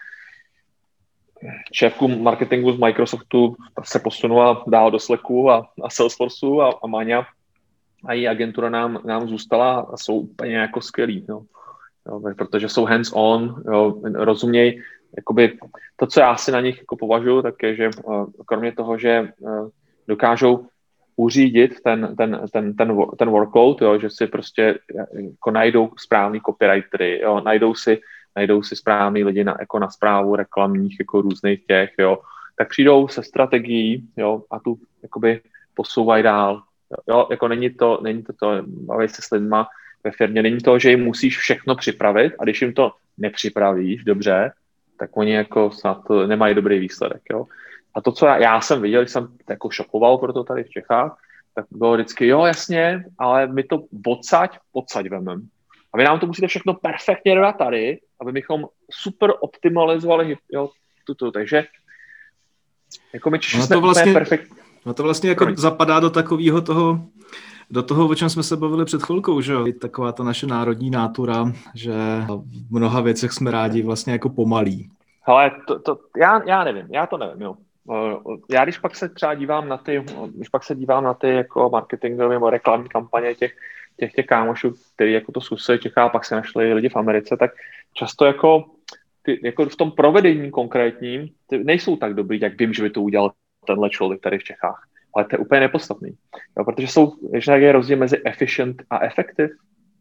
šéfku marketingu z Microsoftu se posunula dál do Slacku a Salesforceu a Maňa a její agentura nám zůstala a jsou úplně jako skvělí, jo, protože jsou hands-on, jo, rozumějí, jakoby to, co já si na nich jako považuji, tak je, že kromě toho, že dokážou uřídit ten workload, jo, že si prostě jako najdou správný copywritery, jo, najdou si správný lidi na správu reklamních jako různých těch, jo, tak přijdou se strategií, jo, a tu jakoby posouvají dál. Jo, jako není to baví se s lidma ve firmě, není to, že jim musíš všechno připravit a když jim to nepřipravíš dobře, tak oni jako snad nemají dobrý výsledek, jo. A to, co já jsem viděl, když jsem jako šokoval pro to tady v Čechách, tak bylo vždycky, jo, jasně, ale my to odsaď vemem. A vy nám to musíte všechno perfektně dodat tady, aby bychom super optimalizovali, jo, tuto. Takže jako my Češi jsme úplně perfektní. No to vlastně jako zapadá do takového do toho, o čem jsme se bavili před chvilkou, že jo? Taková ta naše národní nátura, že v mnoha věcech jsme rádi vlastně jako pomalí. Hele, já nevím, já to nevím, jo. Já když pak se třeba dívám na ty jako marketingové nebo reklamní kampaně těch kámošů, kteří jako to zkusili Čechá, pak se našli lidi v Americe, tak často jako v tom provedení konkrétním ty nejsou tak dobrý, jak vím, že by to udělal tenhle člověk tady v Čechách. Ale to je úplně nepodstatný. Jo, protože je rozdíl mezi efficient a effective.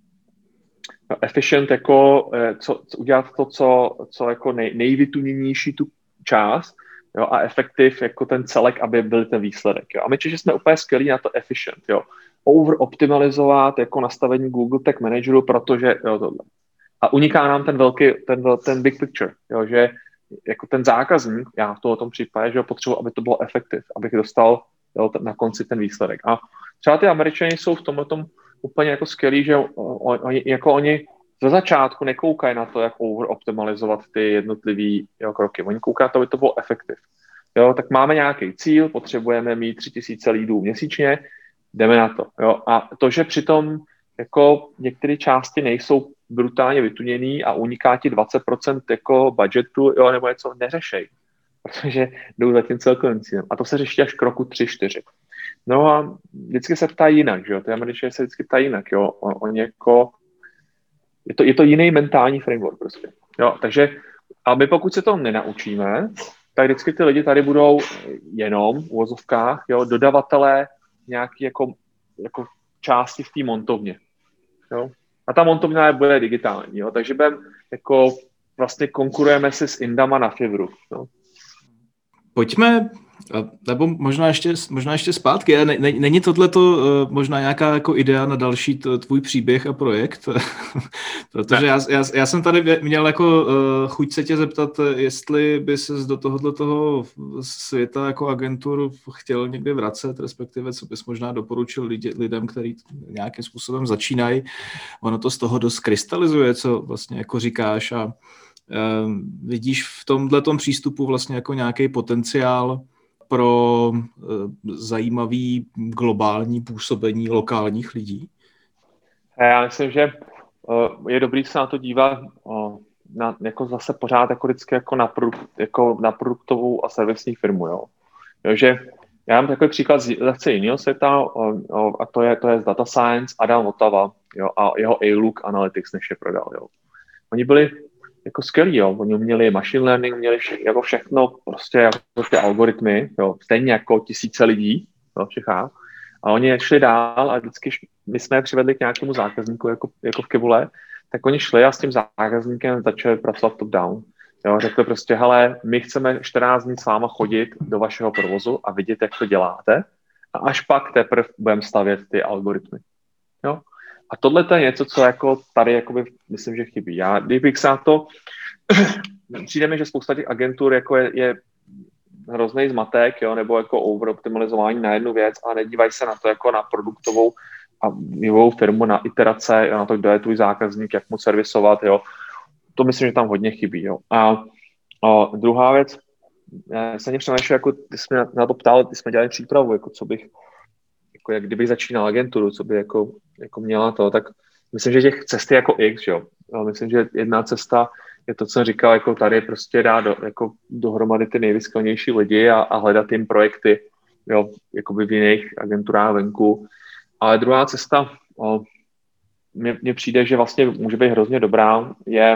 No, efficient jako udělat to, co jako nejvytuněnější tu část, jo, a effective jako ten celek, aby byl ten výsledek. Jo. A my Češi jsme úplně skvělí na to efficient. Jo. Over-optimalizovat jako nastavení Google Tag Manageru, protože jo, tohle. A uniká nám ten big picture, jo, že jako ten zákazník, já v tom případě, že ho potřebuji, aby to bylo effective, abych dostal, jo, na konci ten výsledek. A třeba ty Američani jsou v tomhletom úplně jako skvělí, že oni ze začátku nekoukají na to, jak over-optimalizovat ty jednotlivý kroky. Oni koukají na to, aby to bylo effective. Jo, tak máme nějaký cíl, potřebujeme mít 3000 lídů měsíčně, jdeme na to. Jo. A to, že přitom jako některé části nejsou brutálně vytuněný a uniká ti 20% jako budgetu, jo, nebo něco neřešej, protože jdou za tím celkovým cílem. A to se řeší až k roku 3-4. No a vždycky se ptá jinak, že jo, ty Američané se vždycky ptá jinak, jo, oni jako, je to jiný mentální framework prostě, jo, takže, a my pokud se to nenaučíme, tak vždycky ty lidi tady budou jenom v uvozovkách, jo, dodavatelé nějaký jako části v té montovně, jo, a ta montovna bude digitální, jo, takže jako vlastně konkurujeme si s Indama na Fiverru, jo. Pojďme, nebo možná ještě zpátky. Není tohleto možná nějaká jako idea na další tvůj příběh a projekt? Protože já jsem tady měl jako chuť se tě zeptat, jestli by ses do toho světa jako agentur chtěl někdy vracet, respektive co bys možná doporučil lidem, kteří nějakým způsobem začínají. Ono to z toho dost krystalizuje, co vlastně jako říkáš, a vidíš v tomhletom přístupu vlastně jako nějaký potenciál pro zajímavý globální působení lokálních lidí? Já myslím, že je dobrý se na to dívat jako zase pořád jako vždycky jako na produktovou a servisní firmu. Jo. Takže já mám takový příklad z lehce jiného světa, a to je z Data Science, Adam Votava, jo, a jeho A-Look Analytics, než je prodal. Jo. Oni byli jako skvělí, jo. Oni měli machine learning, měli jako všechno, prostě jako ty algoritmy, jo. Stejně jako tisíce lidí, jo, v Čechách. A oni šli dál a vždycky my jsme je přivedli k nějakému zákazníku, jako v Kivule, tak oni šli a s tím zákazníkem začali pracovat top-down. Jo, řekli prostě, hele, my chceme 14 dní s váma chodit do vašeho provozu a vidět, jak to děláte, a až pak teprve budeme stavět ty algoritmy. Jo? A tohle je něco, co jako tady jakoby, myslím, že chybí. Já, kdybych se na to, přijde mi, že spousta těch agentur jako je hrozný zmatek, jo, nebo jako overoptimalizování na jednu věc a nedívají se na to jako na produktovou a vývojovou firmu, na iterace, na to, kdo je tvůj zákazník, jak mu servisovat, jo. To myslím, že tam hodně chybí, jo. A druhá věc, já se přemýšlel, jako ty jsi mě na to ptal, ty jsme dělali přípravu, jako co bych, jako jak kdybych začínal agenturu, co by jako měla to, tak myslím, že těch cest je jako X, jo. Myslím, že jedna cesta je to, co jsem říkal, jako tady prostě dát jako dohromady ty nejvysklenější lidi a hledat jim projekty, jo, jakoby v jiných agenturách venku. Ale druhá cesta, mně přijde, že vlastně může být hrozně dobrá,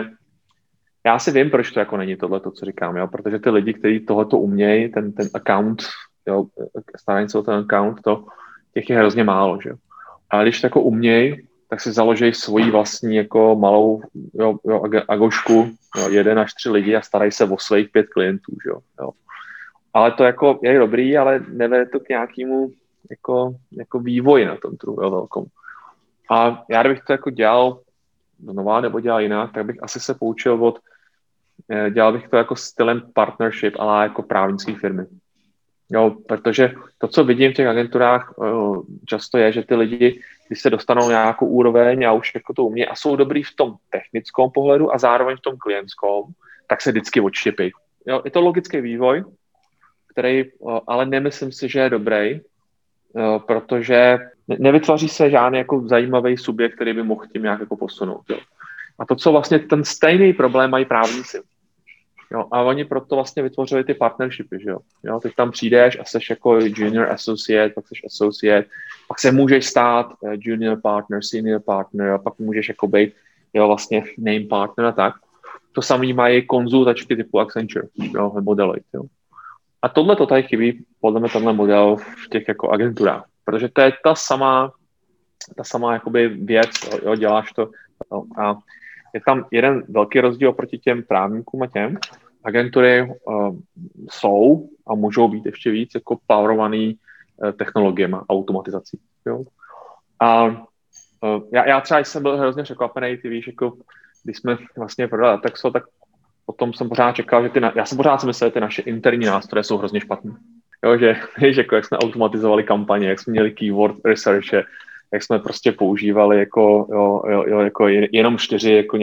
já si vím, proč to jako není tohleto, co říkám, jo, protože ty lidi, kteří tohleto umějí, ten account, jo, starání se o ten account, těch je hrozně málo, že jo. A když to jako umějí, tak si založí svoji vlastní jako malou agošku, 1 až 3 lidi a starají se o svých 5 klientů, že jo. Ale to jako je dobrý, ale nevede to k nějakému jako vývoji na tom trhu, velkom. A já, kdybych to jako dělal znova nebo dělal jinak, tak bych asi se poučil dělal bych to jako stylem partnership, ale jako právnické firmy. Jo, protože to, co vidím v těch agenturách, často je, že ty lidi, když se dostanou nějakou úroveň a už jako to umějí a jsou dobrý v tom technickém pohledu a zároveň v tom klientském, tak se vždycky odštěpí. Jo, je to logický vývoj, který ale nemyslím si, že je dobrý, protože nevytvoří se žádný jako zajímavý subjekt, který by mohl tím nějak jako posunout. Jo. A to, co vlastně ten stejný problém mají právníci. Jo, a oni proto vlastně vytvořili ty partnershipy, že jo. Jo, teď tam přijdeš a seš jako junior associate, pak seš associate, pak se můžeš stát junior partner, senior partner, a pak můžeš jako být, jo, vlastně name partner a tak. To samý mají konzultačky typu Accenture, jo, nebo Deloitte, jo. A tohle to tady chybí, podle mě tenhle model v těch jako agenturách, protože to je ta samá jakoby věc, jo, děláš to, jo, a je tam jeden velký rozdíl oproti těm právníkům a těm. Agentury jsou a můžou být ještě víc jako powerovaný technologiemi, automatizací. Jo? A já třeba jsem byl hrozně překvapený, ty víš, jako když jsme vlastně prodali Atexo, tak potom jsem pořád čekal, že já jsem pořád si myslel, že ty naše interní nástroje jsou hrozně špatné. Jo, že víš, jako jak jsme automatizovali kampaně, jak jsme měli keyword researche, jak jsme prostě používali jako jenom 4 jako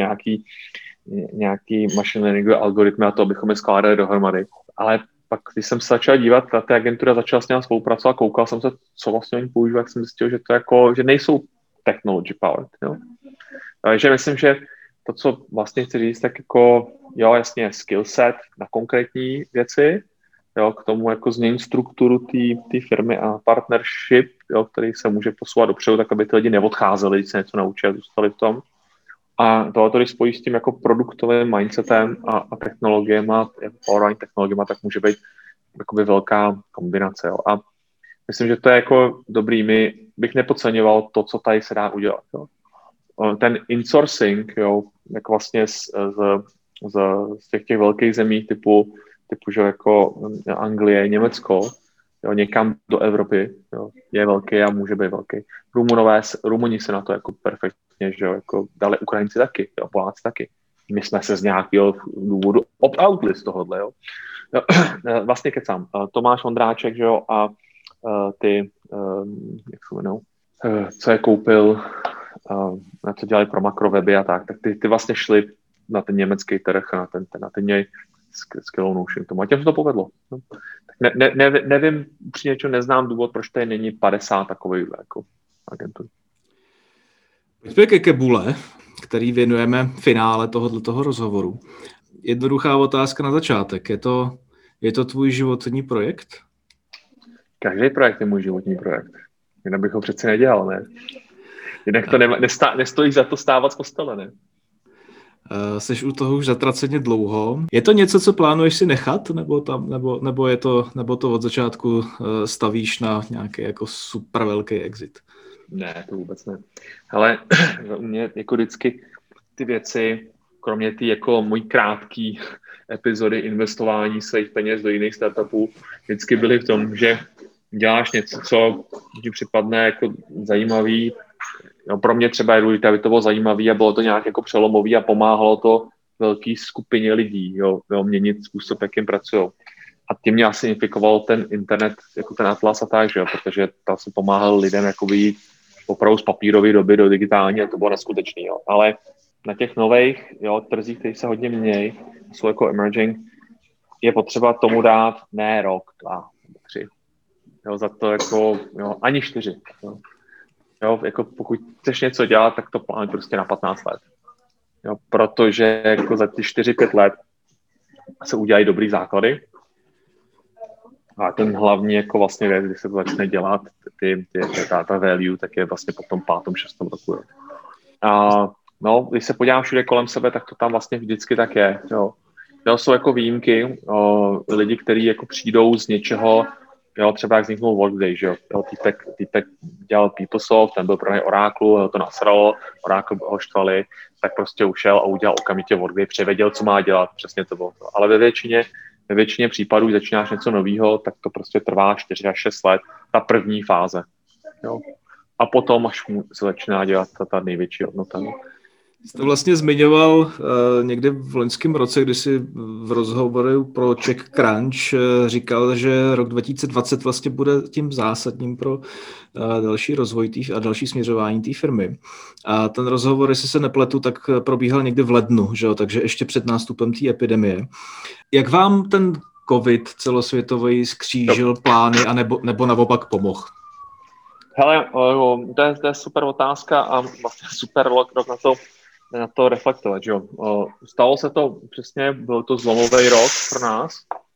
nějaký machine learning algoritmy a to, abychom je skládali dohromady. Ale pak, když jsem se začal dívat na té agentury a začal s ním spolupracovat, koukal jsem se, co vlastně oni používají, jak jsem zjistil, že to jako, že nejsou technology powered. Jo? Takže myslím, že to, co vlastně chci říct, tak jako, jo, jasně, skill set na konkrétní věci, jo, k tomu jako změnit strukturu té firmy a partnership, jo, který se může posouvat dopředu, tak aby ty lidi neodcházeli, když se něco naučí a zůstali v tom. A tohle, když spojíš s tím jako produktovým mindsetem a technologiemi, powerování technologiemi, tak může být jakoby velká kombinace. Jo. A myslím, že to je jako dobrý. Bych nepodceňoval to, co tady se dá udělat. Jo. Ten insourcing, jo, jak vlastně z těch velkých zemí typu typu, že jako Anglie, Německo, jo, někam do Evropy, jo, je velký a může být velký. Rumuni se na to jako perfektně, že jo, jako dali Ukrajinci taky, jo, Poláci taky. My jsme se z nějakého důvodu opt-outli z tohohle, jo. Vlastně kecám. Tomáš Vondráček, že jo, a ty, jak se jmenou, co je koupil, na co dělali pro makroweby a tak ty vlastně šli na ten německý trh a na ten něj skvělou Notion tomu. A těm se to povedlo. No. Tak nevím, upřímně neznám důvod, proč tady není 50 takových jako agentur. Pojďme ke Kebule, který věnujeme finále tohoto rozhovoru. Jednoduchá otázka na začátek. Je to tvůj životní projekt? Každý projekt je můj životní projekt. Jinak bych ho přece nedělal, ne? Jinak to nestojí za to stávat z postele, ne? Seš u toho už zatraceně dlouho. Je to něco, co plánuješ si nechat, nebo to od začátku stavíš na nějaký jako super velký exit? Ne, to vůbec ne. Ale u mě jako vždycky ty věci, kromě ty jako můj krátký epizody investování svých peněz do jiných startupů, vždycky byly v tom, že děláš něco, co ti připadne jako zajímavý. No, pro mě třeba je důležité, aby to bylo zajímavé a bylo to nějak jako přelomový a pomáhalo to velké skupině lidí, jo, měnit způsob, jakým pracují. A tím mě asi infikoval ten internet, jako ten Atlas a tak, že jo, protože tam se pomáhal lidem jako jít opravdu z papírové doby do digitální a to bylo neskutečný, jo. Ale na těch nových, jo, trzích, které se hodně mění, jsou jako emerging, je potřeba tomu dát ne rok, 2, 3. Jo, za to jako, jo, ani 4. Jo, jako pokud chceš něco dělat, tak to plánuj prostě na 15 let. Jo, protože jako za ty 4-5 let se udělají dobrý základy. A ten hlavní jako vlastně věc, když se to začne dělat, ta value, tak je vlastně po tom 5., 6. roku. Jo. A no, když se podívám všude kolem sebe, tak to tam vlastně vždycky tak je. Jo. Jo, jsou jako výjimky, lidi, kteří jako přijdou z něčeho, jo, třeba jak vzniknul Workday, že jo, týpek dělal PeopleSoft, ten byl pro něj Oracle, to nasralo, Oracle ho štvali, tak prostě ušel a udělal okamžitě Workday, převěděl, co má dělat, přesně to bylo. Ale ve většině případů, když začínáš něco nového, tak to prostě trvá 4 až 6 let, ta první fáze, jo. A potom, až se začíná dělat ta největší hodnota. Jsi to vlastně zmiňoval někdy v loňském roce, kdy jsi v rozhovoru pro CheckCrunch říkal, že rok 2020 vlastně bude tím zásadním pro další rozvoj a další směřování té firmy. A ten rozhovor, jestli se nepletu, tak probíhal někdy v lednu, že jo? Takže ještě před nástupem té epidemie. Jak vám ten COVID celosvětový skřížil plány, nebo naopak pomohl? Hele, to je super otázka a vlastně super rok na to reflektovat, že jo. Stalo se to přesně, byl to zlomový rok pro nás,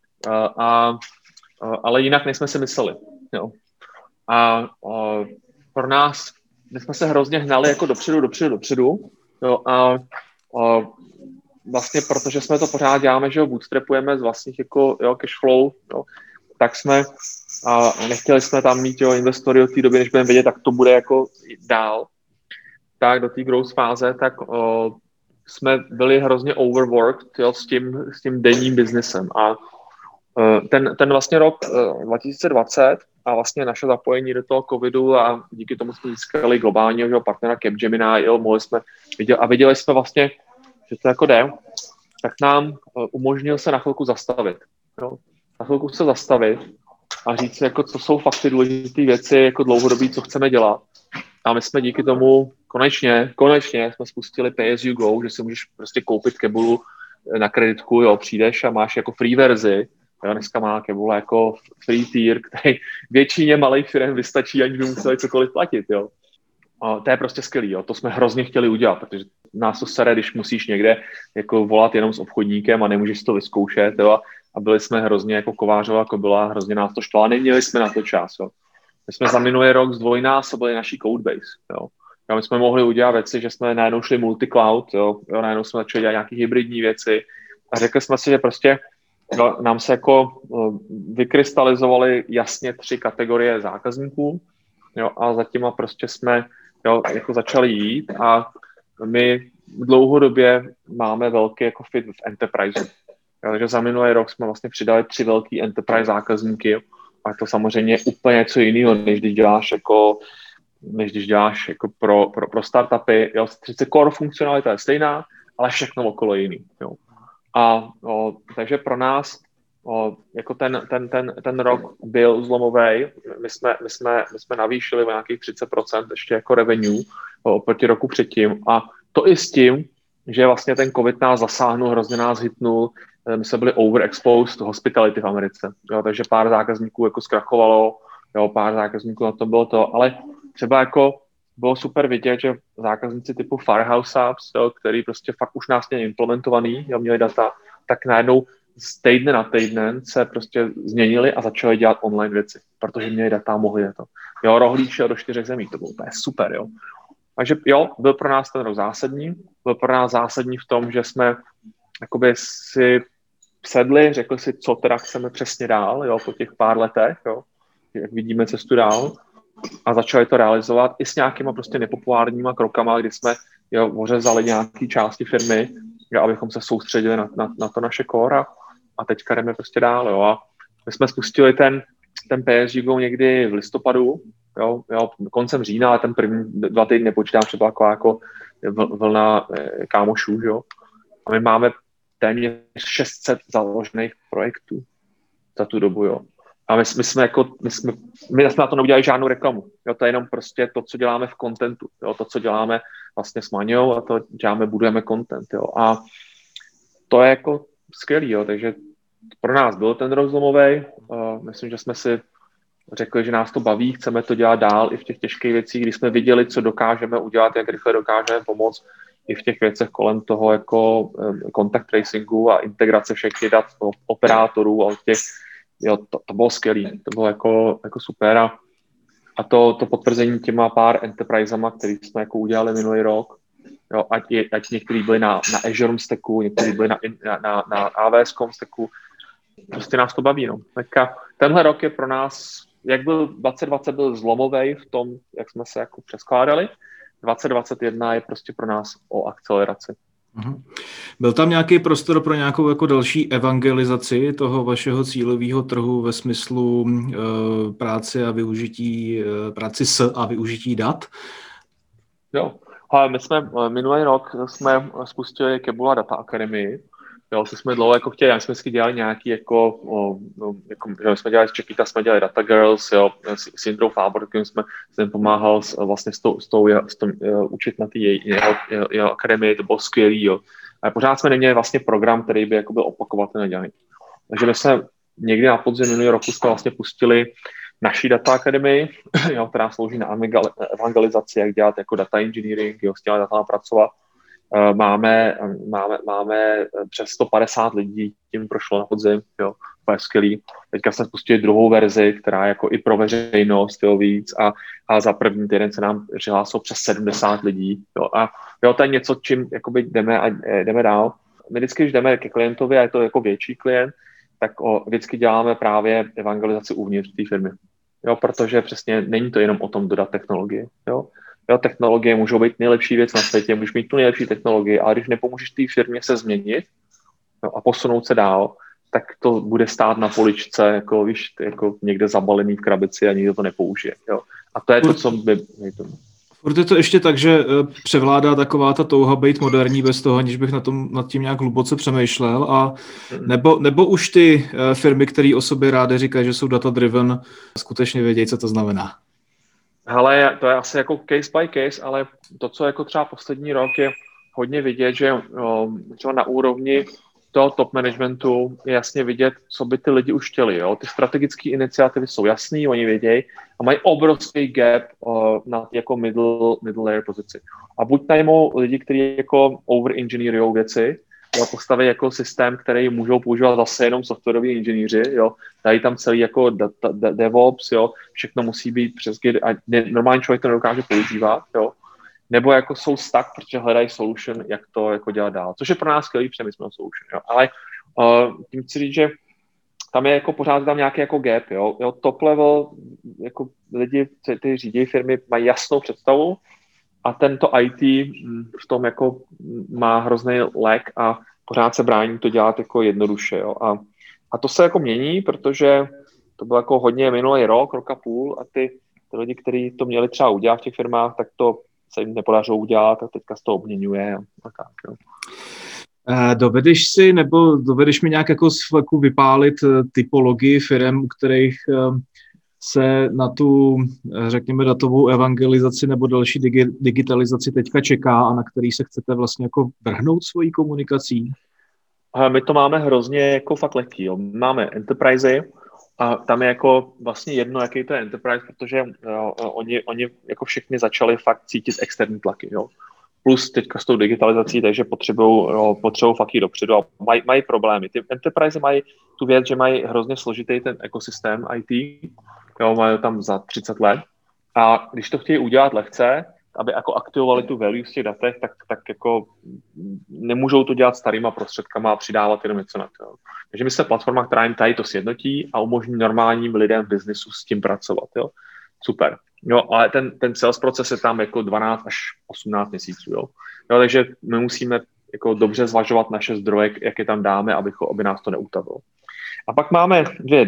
ale jinak než jsme si mysleli, jo. A pro nás, my jsme se hrozně hnali jako dopředu, jo, a vlastně protože jsme to pořád děláme, že jo, bootstrapujeme z vlastních jako, jo, cash flow, jo, tak jsme nechtěli jsme tam mít, jo, investory od té doby, než budeme vědět, tak to bude jako dál, tak do té growth fáze, tak jsme byli hrozně overworked, jo, s tím denním biznesem. A ten vlastně rok 2020 a vlastně naše zapojení do toho covidu a díky tomu jsme získali globálního partnera Capgemini, jo, viděli jsme vlastně, že to jako jde, tak nám umožnil se na chvilku zastavit. Jo. Na chvilku se zastavit a říct si, jako, co jsou fakt ty důležité věci, jako dlouhodobí, co chceme dělat. A my jsme díky tomu konečně jsme spustili Pay as you go, že si můžeš prostě koupit Kebulu na kreditku, jo, přijdeš a máš jako free verzi. Jo, dneska má Kebula jako free tier, který většině malých firm vystačí, aniž by museli cokoliv platit, jo. A to je prostě skvělý, jo. To jsme hrozně chtěli udělat, protože nás to sere, když musíš někde jako volat jenom s obchodníkem a nemůžeš si to vyzkoušet, jo. A byli jsme hrozně jako kovářová kobyla, hrozně nás to štvalo a neměli jsme na to čas, jo. My jsme za minulý rok zdvojnásobili naší codebase, jo. A my jsme mohli udělat věci, že jsme najednou šli multi-cloud, jo, najednou jsme začali dělat nějaké hybridní věci a řekli jsme si, že prostě nám se jako vykrystalizovaly jasně 3 kategorie zákazníků, jo, a zatím prostě jsme, jo, jako začali jít a my dlouhodobě máme velký jako fit v enterprise. Takže za minulý rok jsme vlastně přidali 3 velký enterprise zákazníky a to samozřejmě je úplně něco jiného, než když děláš jako pro startupy. Jo, sice core funkcionalita je stejná, ale všechno okolo jiný. Jo. Takže pro nás jako ten rok byl zlomový. My jsme navýšili o nějakých 30% ještě jako revenue oproti roku předtím. A to i s tím, že vlastně ten COVID nás zasáhnul, hrozně nás hitnul. My jsme byli overexposed hospitality v Americe. Jo, takže pár zákazníků jako zkrachovalo, jo, pár zákazníků na to bylo to, ale třeba jako bylo super vidět, že zákazníci typu Firehouse Apps, jo, který prostě fakt už nás měli implementovaný, jo, měli data, tak najednou z týdne na týden se prostě změnili a začali dělat online věci, protože měli data a mohli to. Jo, rohlík šel do 4 zemí, to bylo úplně super, jo. Takže jo, byl pro nás ten rok zásadní. Byl pro nás zásadní v tom, že jsme jakoby si sedli, řekli si, co teda chceme přesně dál, jo, po těch pár letech, jo, jak vidíme cestu dál a začali to realizovat i s nějakýma prostě nepopulárníma krokama, kdy jsme ořezali nějaké části firmy, jo, abychom se soustředili na to naše core a teďka jdeme prostě dál, jo, a my jsme spustili ten PSG Go někdy v listopadu, jo, koncem října, ale ten první 2 týdny nepočítám, že byla jako vlna kámošů, jo, a my máme téměř 600 založených projektů za tu dobu, jo. A my jsme na to neudělali žádnou reklamu. Jo, to je jenom prostě to, co děláme v contentu. Jo, to, co děláme vlastně s Maňou a to děláme, budujeme content. Jo. A to je jako skvělý, jo. Takže pro nás byl ten rok zlomovej. Myslím, že jsme si řekli, že nás to baví, chceme to dělat dál i v těch těžkých věcích, kdy jsme viděli, co dokážeme udělat, jak rychle dokážeme pomoct i v těch věcech kolem toho jako contact tracingu a integrace všech dat operátorů a těch, jo, to bylo skvělý, to bylo jako super a to potvrzení těma pár enterprisama, který jsme jako udělali minulý rok, jo, ať některý byli na Azure stacku, některý byli na AWS stacku, prostě nás to baví, no. Teďka, tenhle rok je pro nás, jak byl 2020 byl zlomovej v tom, jak jsme se jako přeskládali, 2021 je prostě pro nás o akceleraci. Byl tam nějaký prostor pro nějakou jako další evangelizaci toho vašeho cílového trhu ve smyslu práci a využití dat? Jo, ale my jsme minulý rok jsme spustili Kebula Data Academy. Jo, to jsme dlouho jako chtěli, my jsme si dělali nějaký že jsme dělali z Čekita, jsme dělali Data Girls, jo, s Jindrou Fáborkem jsme pomáhal vlastně s tou učit na té jeho akademii, to bylo skvělý, jo. Ale pořád jsme neměli vlastně program, který by jako byl opakovatelný dělaný. Takže my jsme někdy na podzim minulý roku jsme vlastně pustili naší Data Academy, jo, která slouží na evangelizaci, jak dělat jako data engineering, jo, s těmi datama pracovat. Máme přes 150 lidí, tím prošlo na podzim, jo, to je skvělý. Teďka jsme spustili druhou verzi, která je jako i pro veřejnost, jo, víc a za první týden se nám přihlásilo přes 70 lidí, jo, a jo, to je něco, čím jakoby jdeme dál. My vždycky, když jdeme ke klientovi a je to jako větší klient, tak vždycky děláme právě evangelizaci uvnitř té firmy, jo, protože přesně není to jenom o tom dodat technologii, jo. Jo, technologie můžou být nejlepší věc na světě, můžeš mít tu nejlepší technologii, ale když nepomůžeš té firmě se změnit, jo, a posunout se dál, tak to bude stát na poličce, jako, víš, jako někde zabalený v krabici a nikdo to nepoužije. Jo. A to je to, co by... Furt je to ještě tak, že převládá taková ta touha být moderní bez toho, aniž bych nad tím nějak hluboce přemýšlel. A nebo už ty firmy, které o sobě rády říkají, že jsou data-driven, skutečně vědějí, co to znamená? Hele, to je asi jako case by case, ale to, co jako třeba poslední rok je hodně vidět, že třeba na úrovni toho top managementu je jasně vidět, co by ty lidi už chtěli. Jo? Ty strategické iniciativy jsou jasný, oni vědějí a mají obrovský gap na jako middle layer pozici. A buď najmou lidi, kteří jako over-engineerujou věci, jo, postaví jako systém, který můžou používat zase jenom softwaroví inženýři, jo, dají tam celý jako DevOps, jo, všechno musí být přes Git a normální člověk to nedokáže používat, jo, nebo jako jsou stuck, protože hledají solution, jak to jako dělat dál, což je pro nás skvělý, protože my jsme solution, jo, ale tím chci říct, že tam je jako pořád tam nějaký jako gap, jo, top level, jako lidi, ty řídí firmy, mají jasnou představu, a tento IT v tom jako má hrozný lag a pořád se brání to dělat jako jednoduše. Jo. A to se jako mění, protože to bylo jako hodně minulý rok a půl a ty lidi, kteří to měli třeba udělat v těch firmách, tak to se jim nepodařilo udělat a teďka se to obměňuje a tak. Jo. Dovedeš mi nějak jako z fleku vypálit typologii firem, u kterých se na tu, řekněme, datovou evangelizaci nebo další digitalizaci teďka čeká a na který se chcete vlastně jako vrhnout svojí komunikací? My to máme hrozně jako fakt lehký. Jo. Máme enterprise a tam je jako vlastně jedno, jaký to je enterprise, protože oni jako všichni začali fakt cítit externí tlaky. Jo. Plus teďka s tou digitalizací, takže potřebují fakt jít dopředu a mají problémy. Ty enterprise mají tu věc, že mají hrozně složitý ten ekosystém IT, jo, mají tam za 30 let a když to chtějí udělat lehce, aby jako aktivovali tu value v těch datech, tak jako nemůžou to dělat starýma prostředkama a přidávat jenom něco na to. Takže my jsme platforma, která jim tady to sjednotí a umožní normálním lidem v biznesu s tím pracovat. Jo. Super. Jo, ale ten sales proces je tam jako 12 až 18 měsíců. Jo. Jo, takže my musíme jako dobře zvažovat naše zdroje, jak je tam dáme, aby nás to neutavilo. A pak máme dvě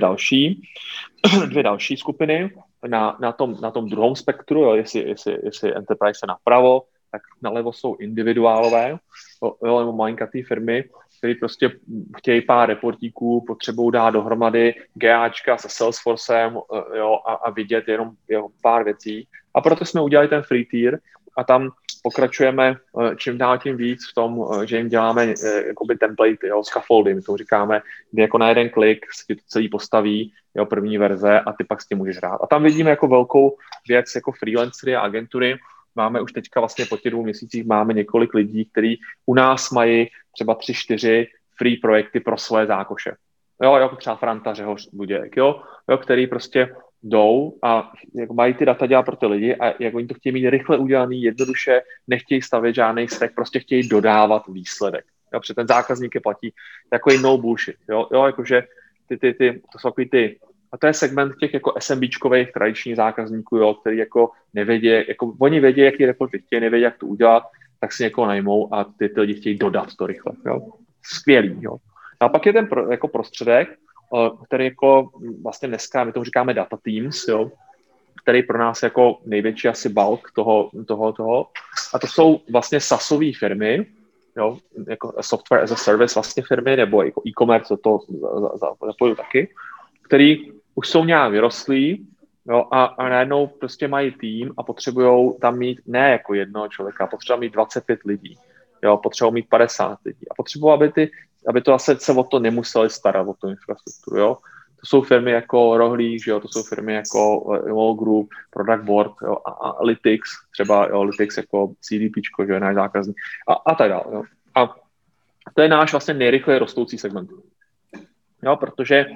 další skupiny na tom druhém spektru, jo, jestli enterprise je napravo, tak nalevo jsou individuálové, jo, nebo malinkatý firmy, které prostě chtějí pár reportíků, potřebují dát dohromady GAčka se Salesforcem, jo, a vidět jenom pár věcí. A proto jsme udělali ten free tier a tam pokračujeme čím dál tím víc v tom, že jim děláme jakoby template, jo, scaffoldy, my to říkáme, kdy jako na jeden klik se ti to celý postaví, jo, první verze a ty pak s tím můžeš hrát. A tam vidíme jako velkou věc jako freelancery a agentury. Máme už teďka vlastně po těch 2 měsících máme několik lidí, kteří u nás mají třeba 3-4 free projekty pro svoje zákoše. Jo, jako třeba Franta Řehoř Budějek, jo, který prostě jdou a jako mají ty data dělat pro ty lidi a jak oni to chtějí mít rychle udělaný, jednoduše, nechtějí stavět žádný stack, prostě chtějí dodávat výsledek. Jo, protože ten zákazník je platí takový no bullshit, jo, jakože to jsou takový ty, a to je segment těch jako SMBčkových tradičních zákazníků, jo, který jako nevědí, jako oni vědí, jaký reporty chtějí, nevědí, jak to udělat, tak si někoho najmou a ty lidi chtějí dodat to rychle, jo. Skvělý, jo. A pak je ten jako prostředek, který jako vlastně dneska, my tomu říkáme data teams, jo, který pro nás jako největší asi bulk toho. A to jsou vlastně SaaSové firmy, jo, jako software as a service vlastně firmy, nebo jako e-commerce, to zapojuju taky, který už jsou nějak vyrostlí, jo, a najednou prostě mají tým a potřebují tam mít ne jako jednoho člověka, potřebují mít 25 lidí, jo, potřebují mít 50 lidí a potřebují, aby to asi se o to nemuseli starat, o tu infrastrukturu, jo. To jsou firmy jako Rohlík, jo, to jsou firmy jako Wall Group, Product Board, jo, a Lytix, třeba jo, Lytix jako CDPčko, že je náš zákazník a tak dále, jo. A to je náš vlastně nejrychleji rostoucí segment. Jo, protože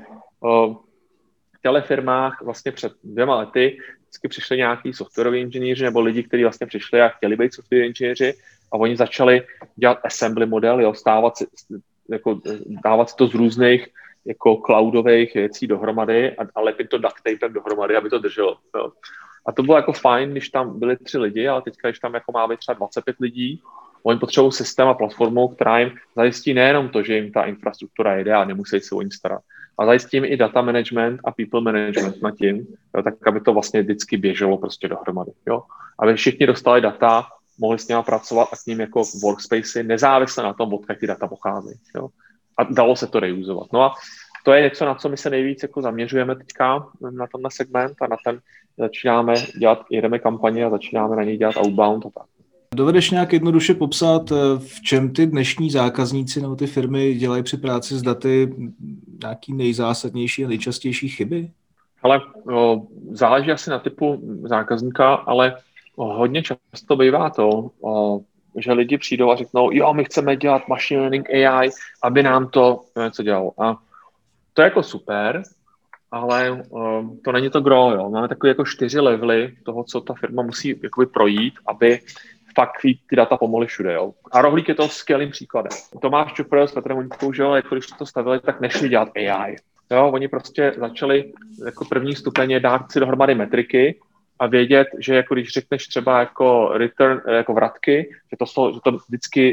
v těchto firmách vlastně před 2 lety vždycky přišli nějaký softwaroví inženýři nebo lidi, kteří vlastně přišli a chtěli být softwaroví inženýři a oni začali dělat assembly model, jo, dávat si to z různých jako cloudových věcí dohromady a lepit to duct tapem dohromady, aby to drželo. Jo. A to bylo jako fajn, když tam byli 3 lidi, ale teďka, když tam jako má být třeba 25 lidí, oni potřebují systém a platformu, která jim zajistí nejenom to, že jim ta infrastruktura jede a nemusí se o ní starat, a zajistí jim i data management a people management nad tím, jo, tak aby to vlastně vždycky běželo prostě dohromady. Jo. Aby všichni dostali data, mohli s nimi pracovat a s ním jako workspacey, nezávisle na tom, odkud ty data pocházejí. Jo. A dalo se to reusovat. No a to je něco, na co my se nejvíc jako zaměřujeme teďka na tenhle segment a na ten začínáme dělat, jedeme kampaně a začínáme na něj dělat outbound a tak. Dovedeš nějak jednoduše popsat, v čem ty dnešní zákazníci nebo ty firmy dělají při práci s daty nějaký nejzásadnější a nejčastější chyby? Ale záleží asi na typu zákazníka, ale hodně často bývá to, že lidi přijdou a řeknou, jo, my chceme dělat machine learning AI, aby nám to něco dělalo. A to je jako super, ale to není to gro, jo. Máme takové jako 4 levely toho, co ta firma musí jakoby projít, aby fakt ty data pomohly všude, jo. A Rohlík je to skvělým příkladem. Tomáš Čupr s Petrem Hoňkou, že jo, jako když to stavili, tak nešli dělat AI. Jo, oni prostě začali jako první stupeň dát si dohromady metriky a vědět, že jako když řekneš třeba jako return, jako vratky, že to vždycky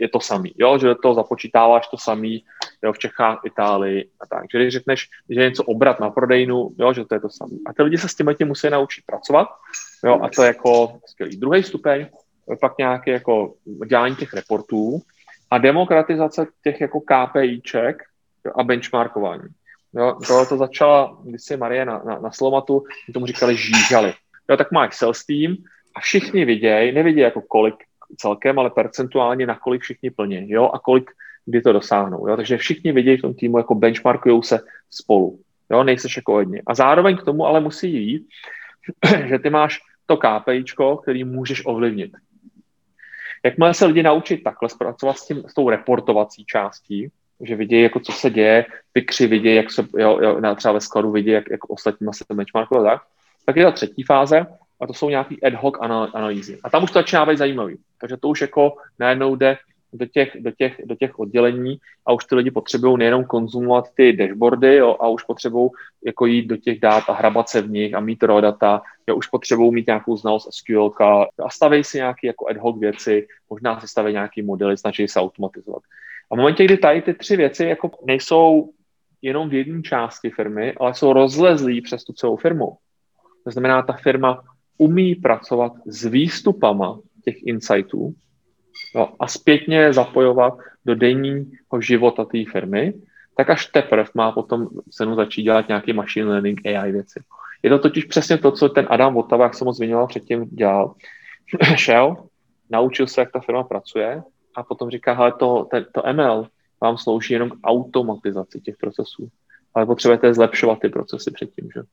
je to samý, jo, že do toho započítáváš to samý, jo, v Čechách, Itálii a tak. Že když řekneš, že je něco obrat na prodejnu, jo, že to je to samý. A ty lidi se s tím musí naučit pracovat, jo, a to je jako skvělý. Druhý stupeň je pak nějaké jako dělání těch reportů a demokratizace těch jako KPIček a benchmarkování. Jo, to začala, když si Marie na Slomatu, tomu říkali žížali. Jo, tak má sales team a všichni nevidí jako kolik celkem, ale percentuálně na kolik všichni plní, jo, a kolik kdy to dosáhnou, jo, takže všichni vidí v tom týmu, jako benchmarkujou se spolu, jo, nejseš jako hodně. A zároveň k tomu ale musí jít, že ty máš to KPIčko, který můžeš ovlivnit. Jakmile se lidi naučit takhle zpracovat s tou reportovací částí, že vidí, jako co se děje, pikři vidí, jak se, jo, třeba ve skladu vidí, jak ostatní se benchmarkuje, tak je ta třetí fáze, a to jsou nějaký ad hoc analýzy. A tam už to začíná být zajímavý. Takže to už jako najednou jde do těch oddělení a už ty lidi potřebují nejenom konzumovat ty dashboardy, jo, a už potřebují jako jít do těch dat a hrabat se v nich a mít raw data, jo, už potřebují mít nějakou znalost SQL a staví si nějaké jako ad hoc věci, možná si staví nějaký modely, snaží se automatizovat. A v momentě, kdy tady ty tři věci jako nejsou jenom v jedné části firmy, ale jsou rozlezlí přes tu celou firmu. To znamená, ta firma umí pracovat s výstupama těch insightů, jo, a zpětně zapojovat do denního života té firmy, tak až teprve má potom cenu začít dělat nějaký machine learning AI věci. Je to totiž přesně to, co ten Adam Votava, jak jsem moc zmiňoval předtím, dělal. Šel, naučil se, jak ta firma pracuje a potom říká, hele, to ML vám slouží jenom k automatizaci těch procesů, ale potřebujete zlepšovat ty procesy předtím, že?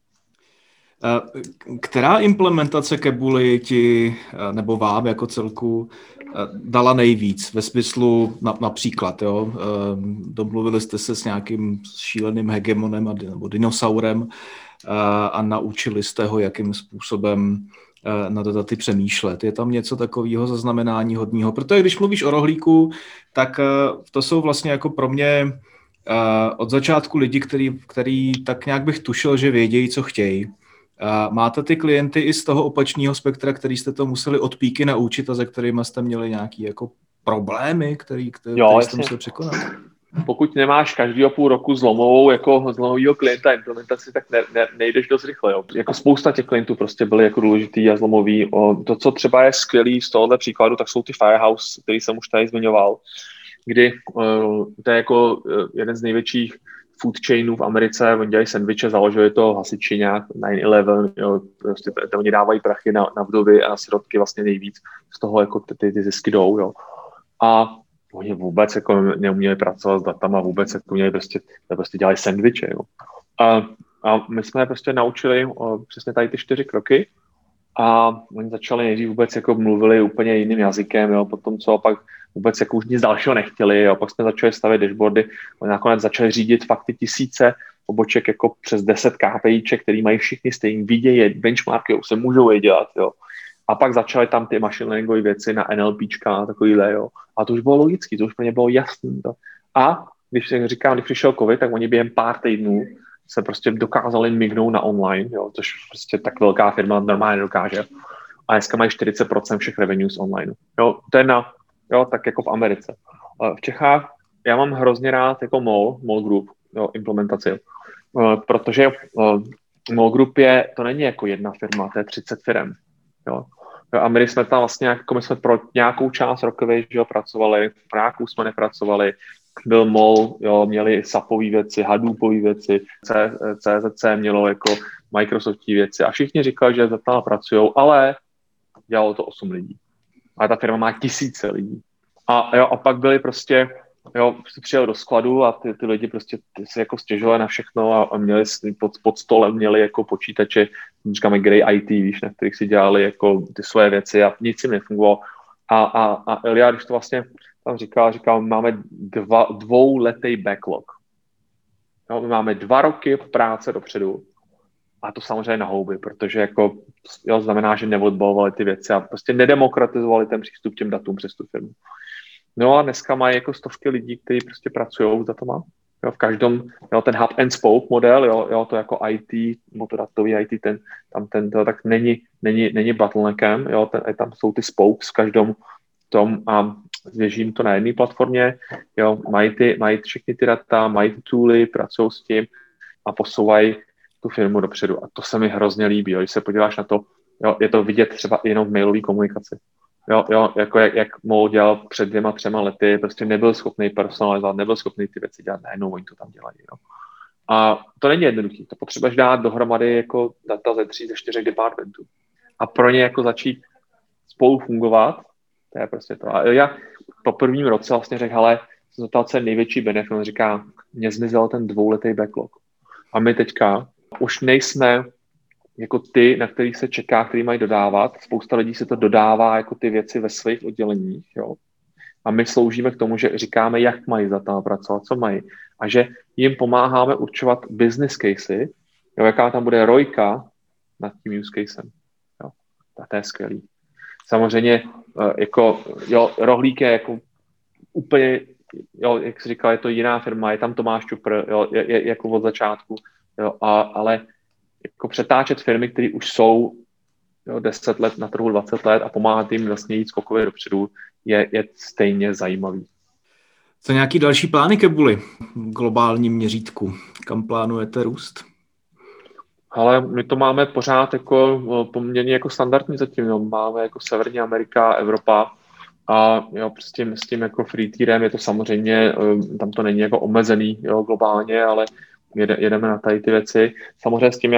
Která implementace Kebuli ti, nebo vám jako celku, dala nejvíc? Ve smyslu například, jo, domluvili jste se s nějakým šíleným hegemonem nebo dinosaurem a naučili jste ho, jakým způsobem na daty přemýšlet. Je tam něco takového zaznamenání hodného? Protože když mluvíš o rohlíku, tak to jsou vlastně jako pro mě od začátku lidi, který tak nějak bych tušil, že vědějí, co chtějí. Máte ty klienty i z toho opačného spektra, který jste to museli od píky naučit a za kterými jste měli nějaké jako problémy, které jste museli překonat? Pokud nemáš každýho půl roku zlomovýho klienta implementaci, tak nejdeš dost rychle. Jo. Jako spousta těch klientů prostě byly jako důležitý a zlomový. To, co třeba je skvělý z tohohle příkladu, tak jsou ty Firehouse, který jsem už tady zmiňoval, kdy to je jako jeden z největších food chainů v Americe, oni dělají sendviče, založili to hasiči nějak 9/11, jo, prostě oni dávají prachy na vdovy a na sirotky vlastně nejvíc, z toho jako ty zisky jdou, jo. A oni vůbec jako neuměli pracovat s datama, vůbec jako měli prostě dělají sendviče, jo. A my jsme prostě naučili přesně tady ty 4 kroky a oni začali nejdřív vůbec jako mluvili úplně jiným jazykem, jo, potom co a pak vůbec jako už nic dalšího nechtěli, jo, pak jsme začali stavět dashboardy, oni nakonec začali řídit fakt ty tisíce poboček jako přes 10 KPIček, který mají všichni stejný, vidějí benchmarky, už se můžou je dělat, jo. A pak začaly tam ty machine learningové věci na NLPčka a takovýhle, jo. A to už bylo logický, to už pro ně bylo jasný. To. A když přišel covid, tak oni během pár týdnů se prostě dokázali mignout na online, jo, což prostě tak velká firma normálně dokáže. A dneska mají 40% všech revenues online. Jo, to je tak jako v Americe. V Čechách já mám hrozně rád jako MOL Group, jo, implementaci, protože MOL Group to není jako jedna firma, to je 30 firm. Jo. A my jsme tam vlastně jako my jsme pro nějakou část rokově, že jo, pracovali, pro nějakou jsme nepracovali, byl MOL, jo, měli SAPové věci, Hadoopové věci, CZC mělo jako Microsoftové věci a všichni říkali, že tam pracujou, ale dělalo to 8 lidí. A ta firma má tisíce lidí. A pak byli prostě, jo, přijel do skladu a ty lidi prostě se jako stěžovali na všechno a měli pod stolem měli jako počítače, říkáme Grey IT, víš, na kterých si dělali jako ty svoje věci a nic jim nefungovalo. A Elia, když to vlastně tam říkal, máme dvouletý backlog. Jo, my máme 2 roky práce dopředu a to samozřejmě na houby, protože jako, jo, znamená, že neodbalovali ty věci a prostě nedemokratizovali ten přístup k těm datům přes tu firmu. No a dneska mají jako stovky lidí, kteří prostě pracují s datama. Jo, v každém, jo, ten hub and spoke model, jo, to jako IT, nebo to datový IT, to tak není bottleneckem, jo, tam jsou ty spokes v každém tom běžím to na jedné platformě, jo, mají všechny ty data, mají ty tooly, pracují s tím a posouvají tu firmu dopředu. A to se mi hrozně líbí, jo. Když se podíváš na to, jo, je to vidět třeba jenom v mailové komunikaci. Jo, jako jak Mo dělal před 2-3 lety, prostě nebyl schopný personalizovat, nebyl schopný ty věci dělat, najednou oni to tam dělají. Jo. A to není jednoduché, to potřebuješ dát dohromady jako data ze 3, ze 4 departmentů. A pro ně jako začít spolu fungovat, to je prostě to. A já po prvním roce vlastně řekl, hele, jsem zeptal, co je největší benefit, on říká, mně zmizel ten 2letý backlog. A my teďka už nejsme jako ty, na kterých se čeká, který mají dodávat. Spousta lidí se to dodává jako ty věci ve svých odděleních, jo. A my sloužíme k tomu, že říkáme, jak mají za to pracovat, co mají. A že jim pomáháme určovat business casey, jo, jaká tam bude ROIka nad tím use casem. Jo. To je skvělý. Samozřejmě, jako, jo, Rohlík je jako úplně, jo, jak jsi říkal, je to jiná firma, je tam Tomáš Čupr, jo, je jako od začátku, jo, ale jako přetáčet firmy, které už jsou 10 let na trhu, 20 let a pomáhat jim vlastně jít skokově dopředu, je stejně zajímavý. Co nějaký další plány ke Bulli v globálním měřítku? Kam plánujete růst? Ale my to máme pořád jako poměrně jako standardní zatím. Jo. Máme jako Severní Amerika, Evropa a jo, prostě s tím jako free tierem je to samozřejmě, tam to není jako omezený, jo, globálně, ale jedeme na tady ty věci. Samozřejmě s tím,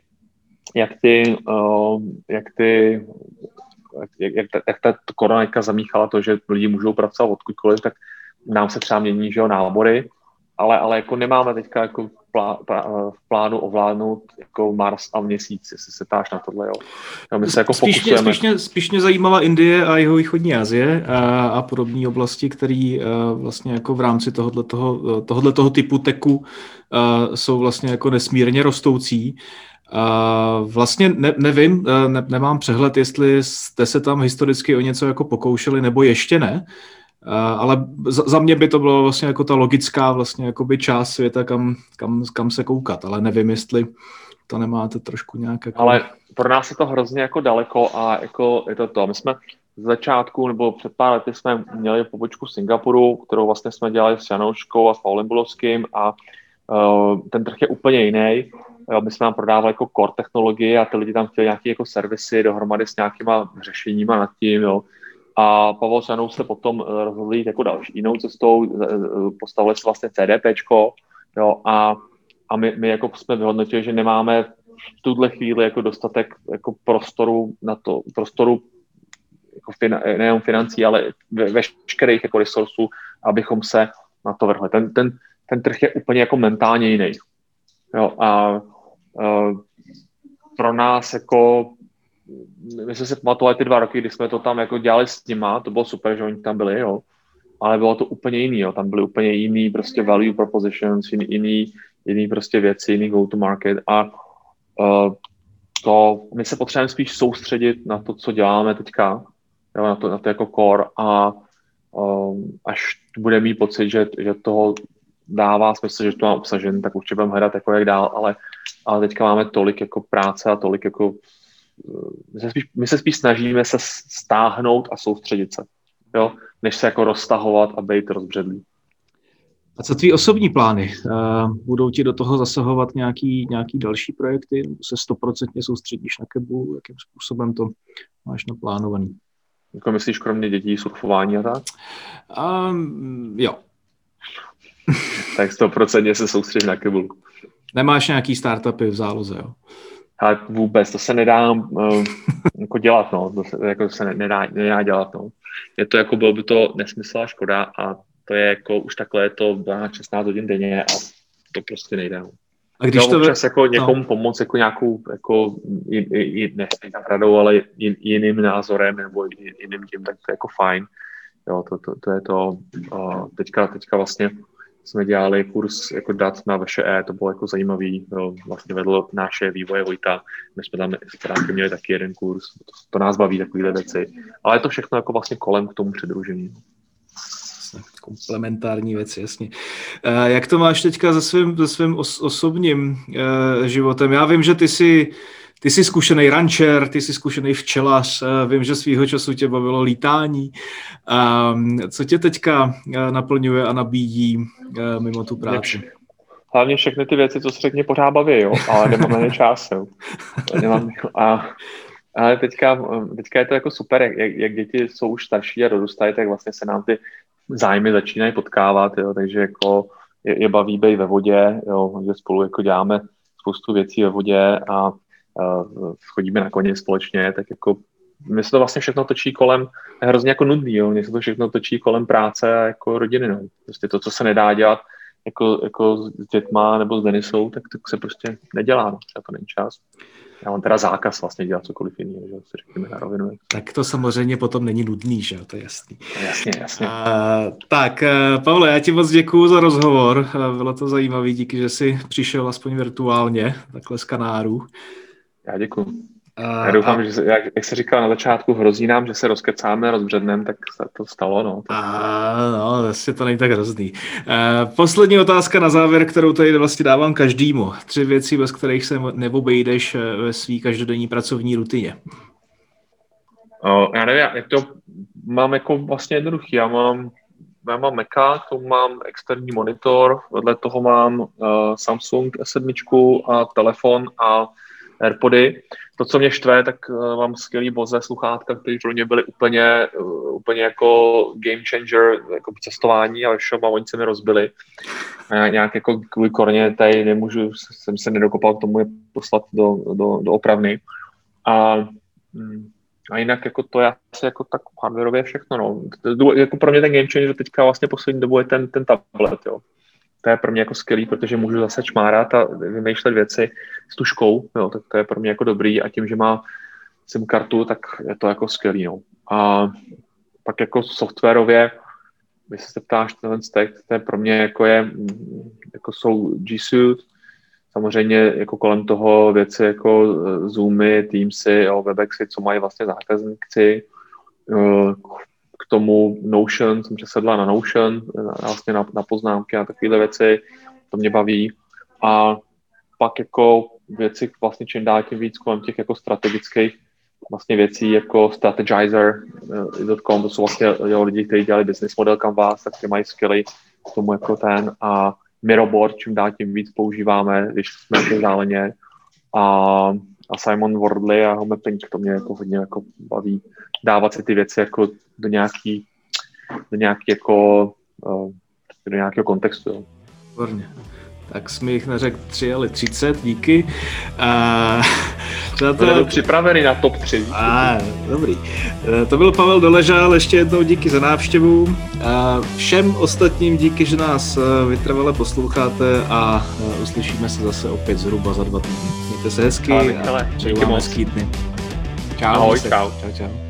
jak ta korona zamíchala to, že lidi můžou pracovat odkudkoliv, tak nám se třeba mění, že jo, nábory, ale jako nemáme teďka jako v plánu ovládnout jako Mars a Měsíc, jestli se ptáš na tohle, jo. My se jako spíš mě zajímala Indie a jihovýchodní Asie a podobné oblasti, které vlastně jako v rámci tohoto typu techu jsou vlastně jako nesmírně rostoucí. Vlastně nevím, nemám přehled, jestli jste se tam historicky o něco jako pokoušeli, nebo ještě ne, ale za mě by to bylo vlastně jako ta logická vlastně jakoby část světa, kam se koukat, ale nevím, jestli to nemáte trošku nějak jako... Ale pro nás je to hrozně jako daleko a jako je to. My jsme z začátku, nebo před pár lety jsme měli pobočku v Singapuru, kterou vlastně jsme dělali s Janouškou a s Paulem Bulovským a ten trh je úplně jiný. My jsme tam prodávali jako core technologii a ty lidi tam chtěli nějaké jako servisy dohromady s nějakýma řešeníma nad tím, jo. A Pavel s Janou se potom rozhodli jít jako další jinou cestou, postavili se vlastně CDPčko, jo, a my jako jsme vyhodnotili, že nemáme v tuhle chvíli jako dostatek jako prostoru na to, jako nejenom financí, ale veškerých jako resursů, abychom se na to vrhli. Ten trh je úplně jako mentálně jiný. Jo, a pro nás jako my jsme si pamatovali ty 2 roky, kdy jsme to tam jako dělali s nima, to bylo super, že oni tam byli, jo, ale bylo to úplně jiný, jo, tam byly úplně jiný prostě value propositions, jiný prostě věci, jiný go to market a to my se potřebujeme spíš soustředit na to, co děláme teďka, jo, na to jako core a až bude mít pocit, že toho dává smysl, že to má obsažen, tak určitě budeme hledat jako jak dál, ale teďka máme tolik jako práce a tolik jako my se spíš snažíme se stáhnout a soustředit se, jo, než se jako roztahovat a být rozbředlý. A co tvý osobní plány? Budou ti do toho zasahovat nějaký další projekty? Nebo se 100% soustředíš na Kebu? Jakým způsobem to máš naplánovaný? Jako myslíš kromě dětí, surfování a tak? Jo. Tak 100% se soustředím na Kebu. Nemáš nějaký startupy v záloze, jo? Ale vůbec, to se nedá jako dělat, no. To se nedá dělat, no. Je to jako, bylo by to nesmysl a škoda a to je jako, už takhle je to 16 hodin denně a to prostě nejde, no. A když to občas jako někomu pomoct jako nějakou, jako ne radou, ale jiným názorem nebo jiným tím, tak to je jako fajn. Jo, to je to, teďka vlastně jsme dělali kurz jako dat na VŠE, to bylo jako zajímavý, jo, vlastně vedlo naše vývoje Vojta, my jsme tam měli taky jeden kurz, to nás baví takovýhle věci, ale je to všechno jako vlastně kolem k tomu přidružení. Komplementární věci, jasně. Jak to máš teďka se svým osobním životem? Já vím, že ty Ty jsi zkušený rančer, ty jsi zkušený včelař, vím, že svýho času tě bavilo lítání. Co tě teďka naplňuje a nabíjí mimo tu práci? Hlavně všechny ty věci, co se řekně pořád baví, jo, ale nemám na ně čas. Jo. Ale teďka je to jako super, jak děti jsou už starší a dorůstají, tak vlastně se nám ty zájmy začínají potkávat, jo, takže jako je baví být ve vodě, jo, že spolu jako děláme spoustu věcí ve vodě a chodíme na koně společně, tak jako mně se to vlastně všechno točí kolem, je hrozně jako nudný, jo, mně se to všechno točí kolem práce a jako rodiny, no. Prostě to, co se nedá dělat jako s dětma nebo s Denisou, tak se prostě nedělá, no. A to není čas. Já mám teda zákaz vlastně dělat cokoliv jiného, že se řekněme na rovinu. Tak to samozřejmě potom není nudný, že jo, to je jasný. Jasně. Tak, Pavle, já ti moc děkuju za rozhovor, bylo to zajímavé, díky, že jsi přišel aspoň virtuálně, takhle z Kanárů. Já děkuju. Já doufám, že jak se říkal na začátku, hrozí nám, že se rozkecáme, rozbředneme, tak se to stalo. No, no vlastně to není tak hrozný. Poslední otázka na závěr, kterou tady vlastně dávám každému. 3 věci, bez kterých se neobejdeš ve své každodenní pracovní rutině. Já nevím, jak to mám jako vlastně jednoduchý. Já mám Maca, k tomu mám externí monitor, vedle toho mám Samsung S7 a telefon a AirPody. To, co mě štve, tak mám skvělý Bose sluchátka, které pro mě byly úplně jako game changer jako cestování, ale všem a oni se mi rozbili. A nějak jako kvůli korně tady nemůžu, jsem se nedokopal k tomu je poslat do opravny. A jinak jako to je asi jako tak hardwareově všechno. No. Jako pro mě ten game changer teďka vlastně poslední dobu je ten tablet, jo. To je pro mě jako skvělý, protože můžu zase čmárat a vymýšlet věci s tuškou, jo, tak to je pro mě jako dobrý a tím, že má SIM kartu, tak je to jako skvělý, no. A pak jako softwarově, když se ptáš ten stack, to je pro mě jako jsou G Suite, samozřejmě jako kolem toho věci jako Zoomy, Teamsy, jo, Webexy, co mají vlastně zákazníci, k tomu Notion, jsem přesedla na Notion, vlastně na poznámky a takovéhle věci, to mě baví. A pak jako věci vlastně čím dál tím víc kolem těch jako strategických vlastně věcí jako strategizer.com, to jsou vlastně lidi, kteří dělali business model Canvas, tak ty mají skvělý k tomu jako ten a Miroboard, čím dál tím víc používáme, když jsme jako vzdáleně. A Simon Wardley a Homemapping, to mě jako hodně jako baví dávat si ty věci jako do nějakého kontextu. Jo. Výborně. Tak jsi mi jich neřekl 3, ale 30, díky. To byl připravený na top 3. Dobrý. To byl Pavel Doležal, ještě jednou díky za návštěvu. Všem ostatním díky, že nás vytrvale posloucháte a uslyšíme se zase opět zhruba za 2 týdny. Mějte se hezky a přeju vám hezký dny. Ahoj, čau. Čau.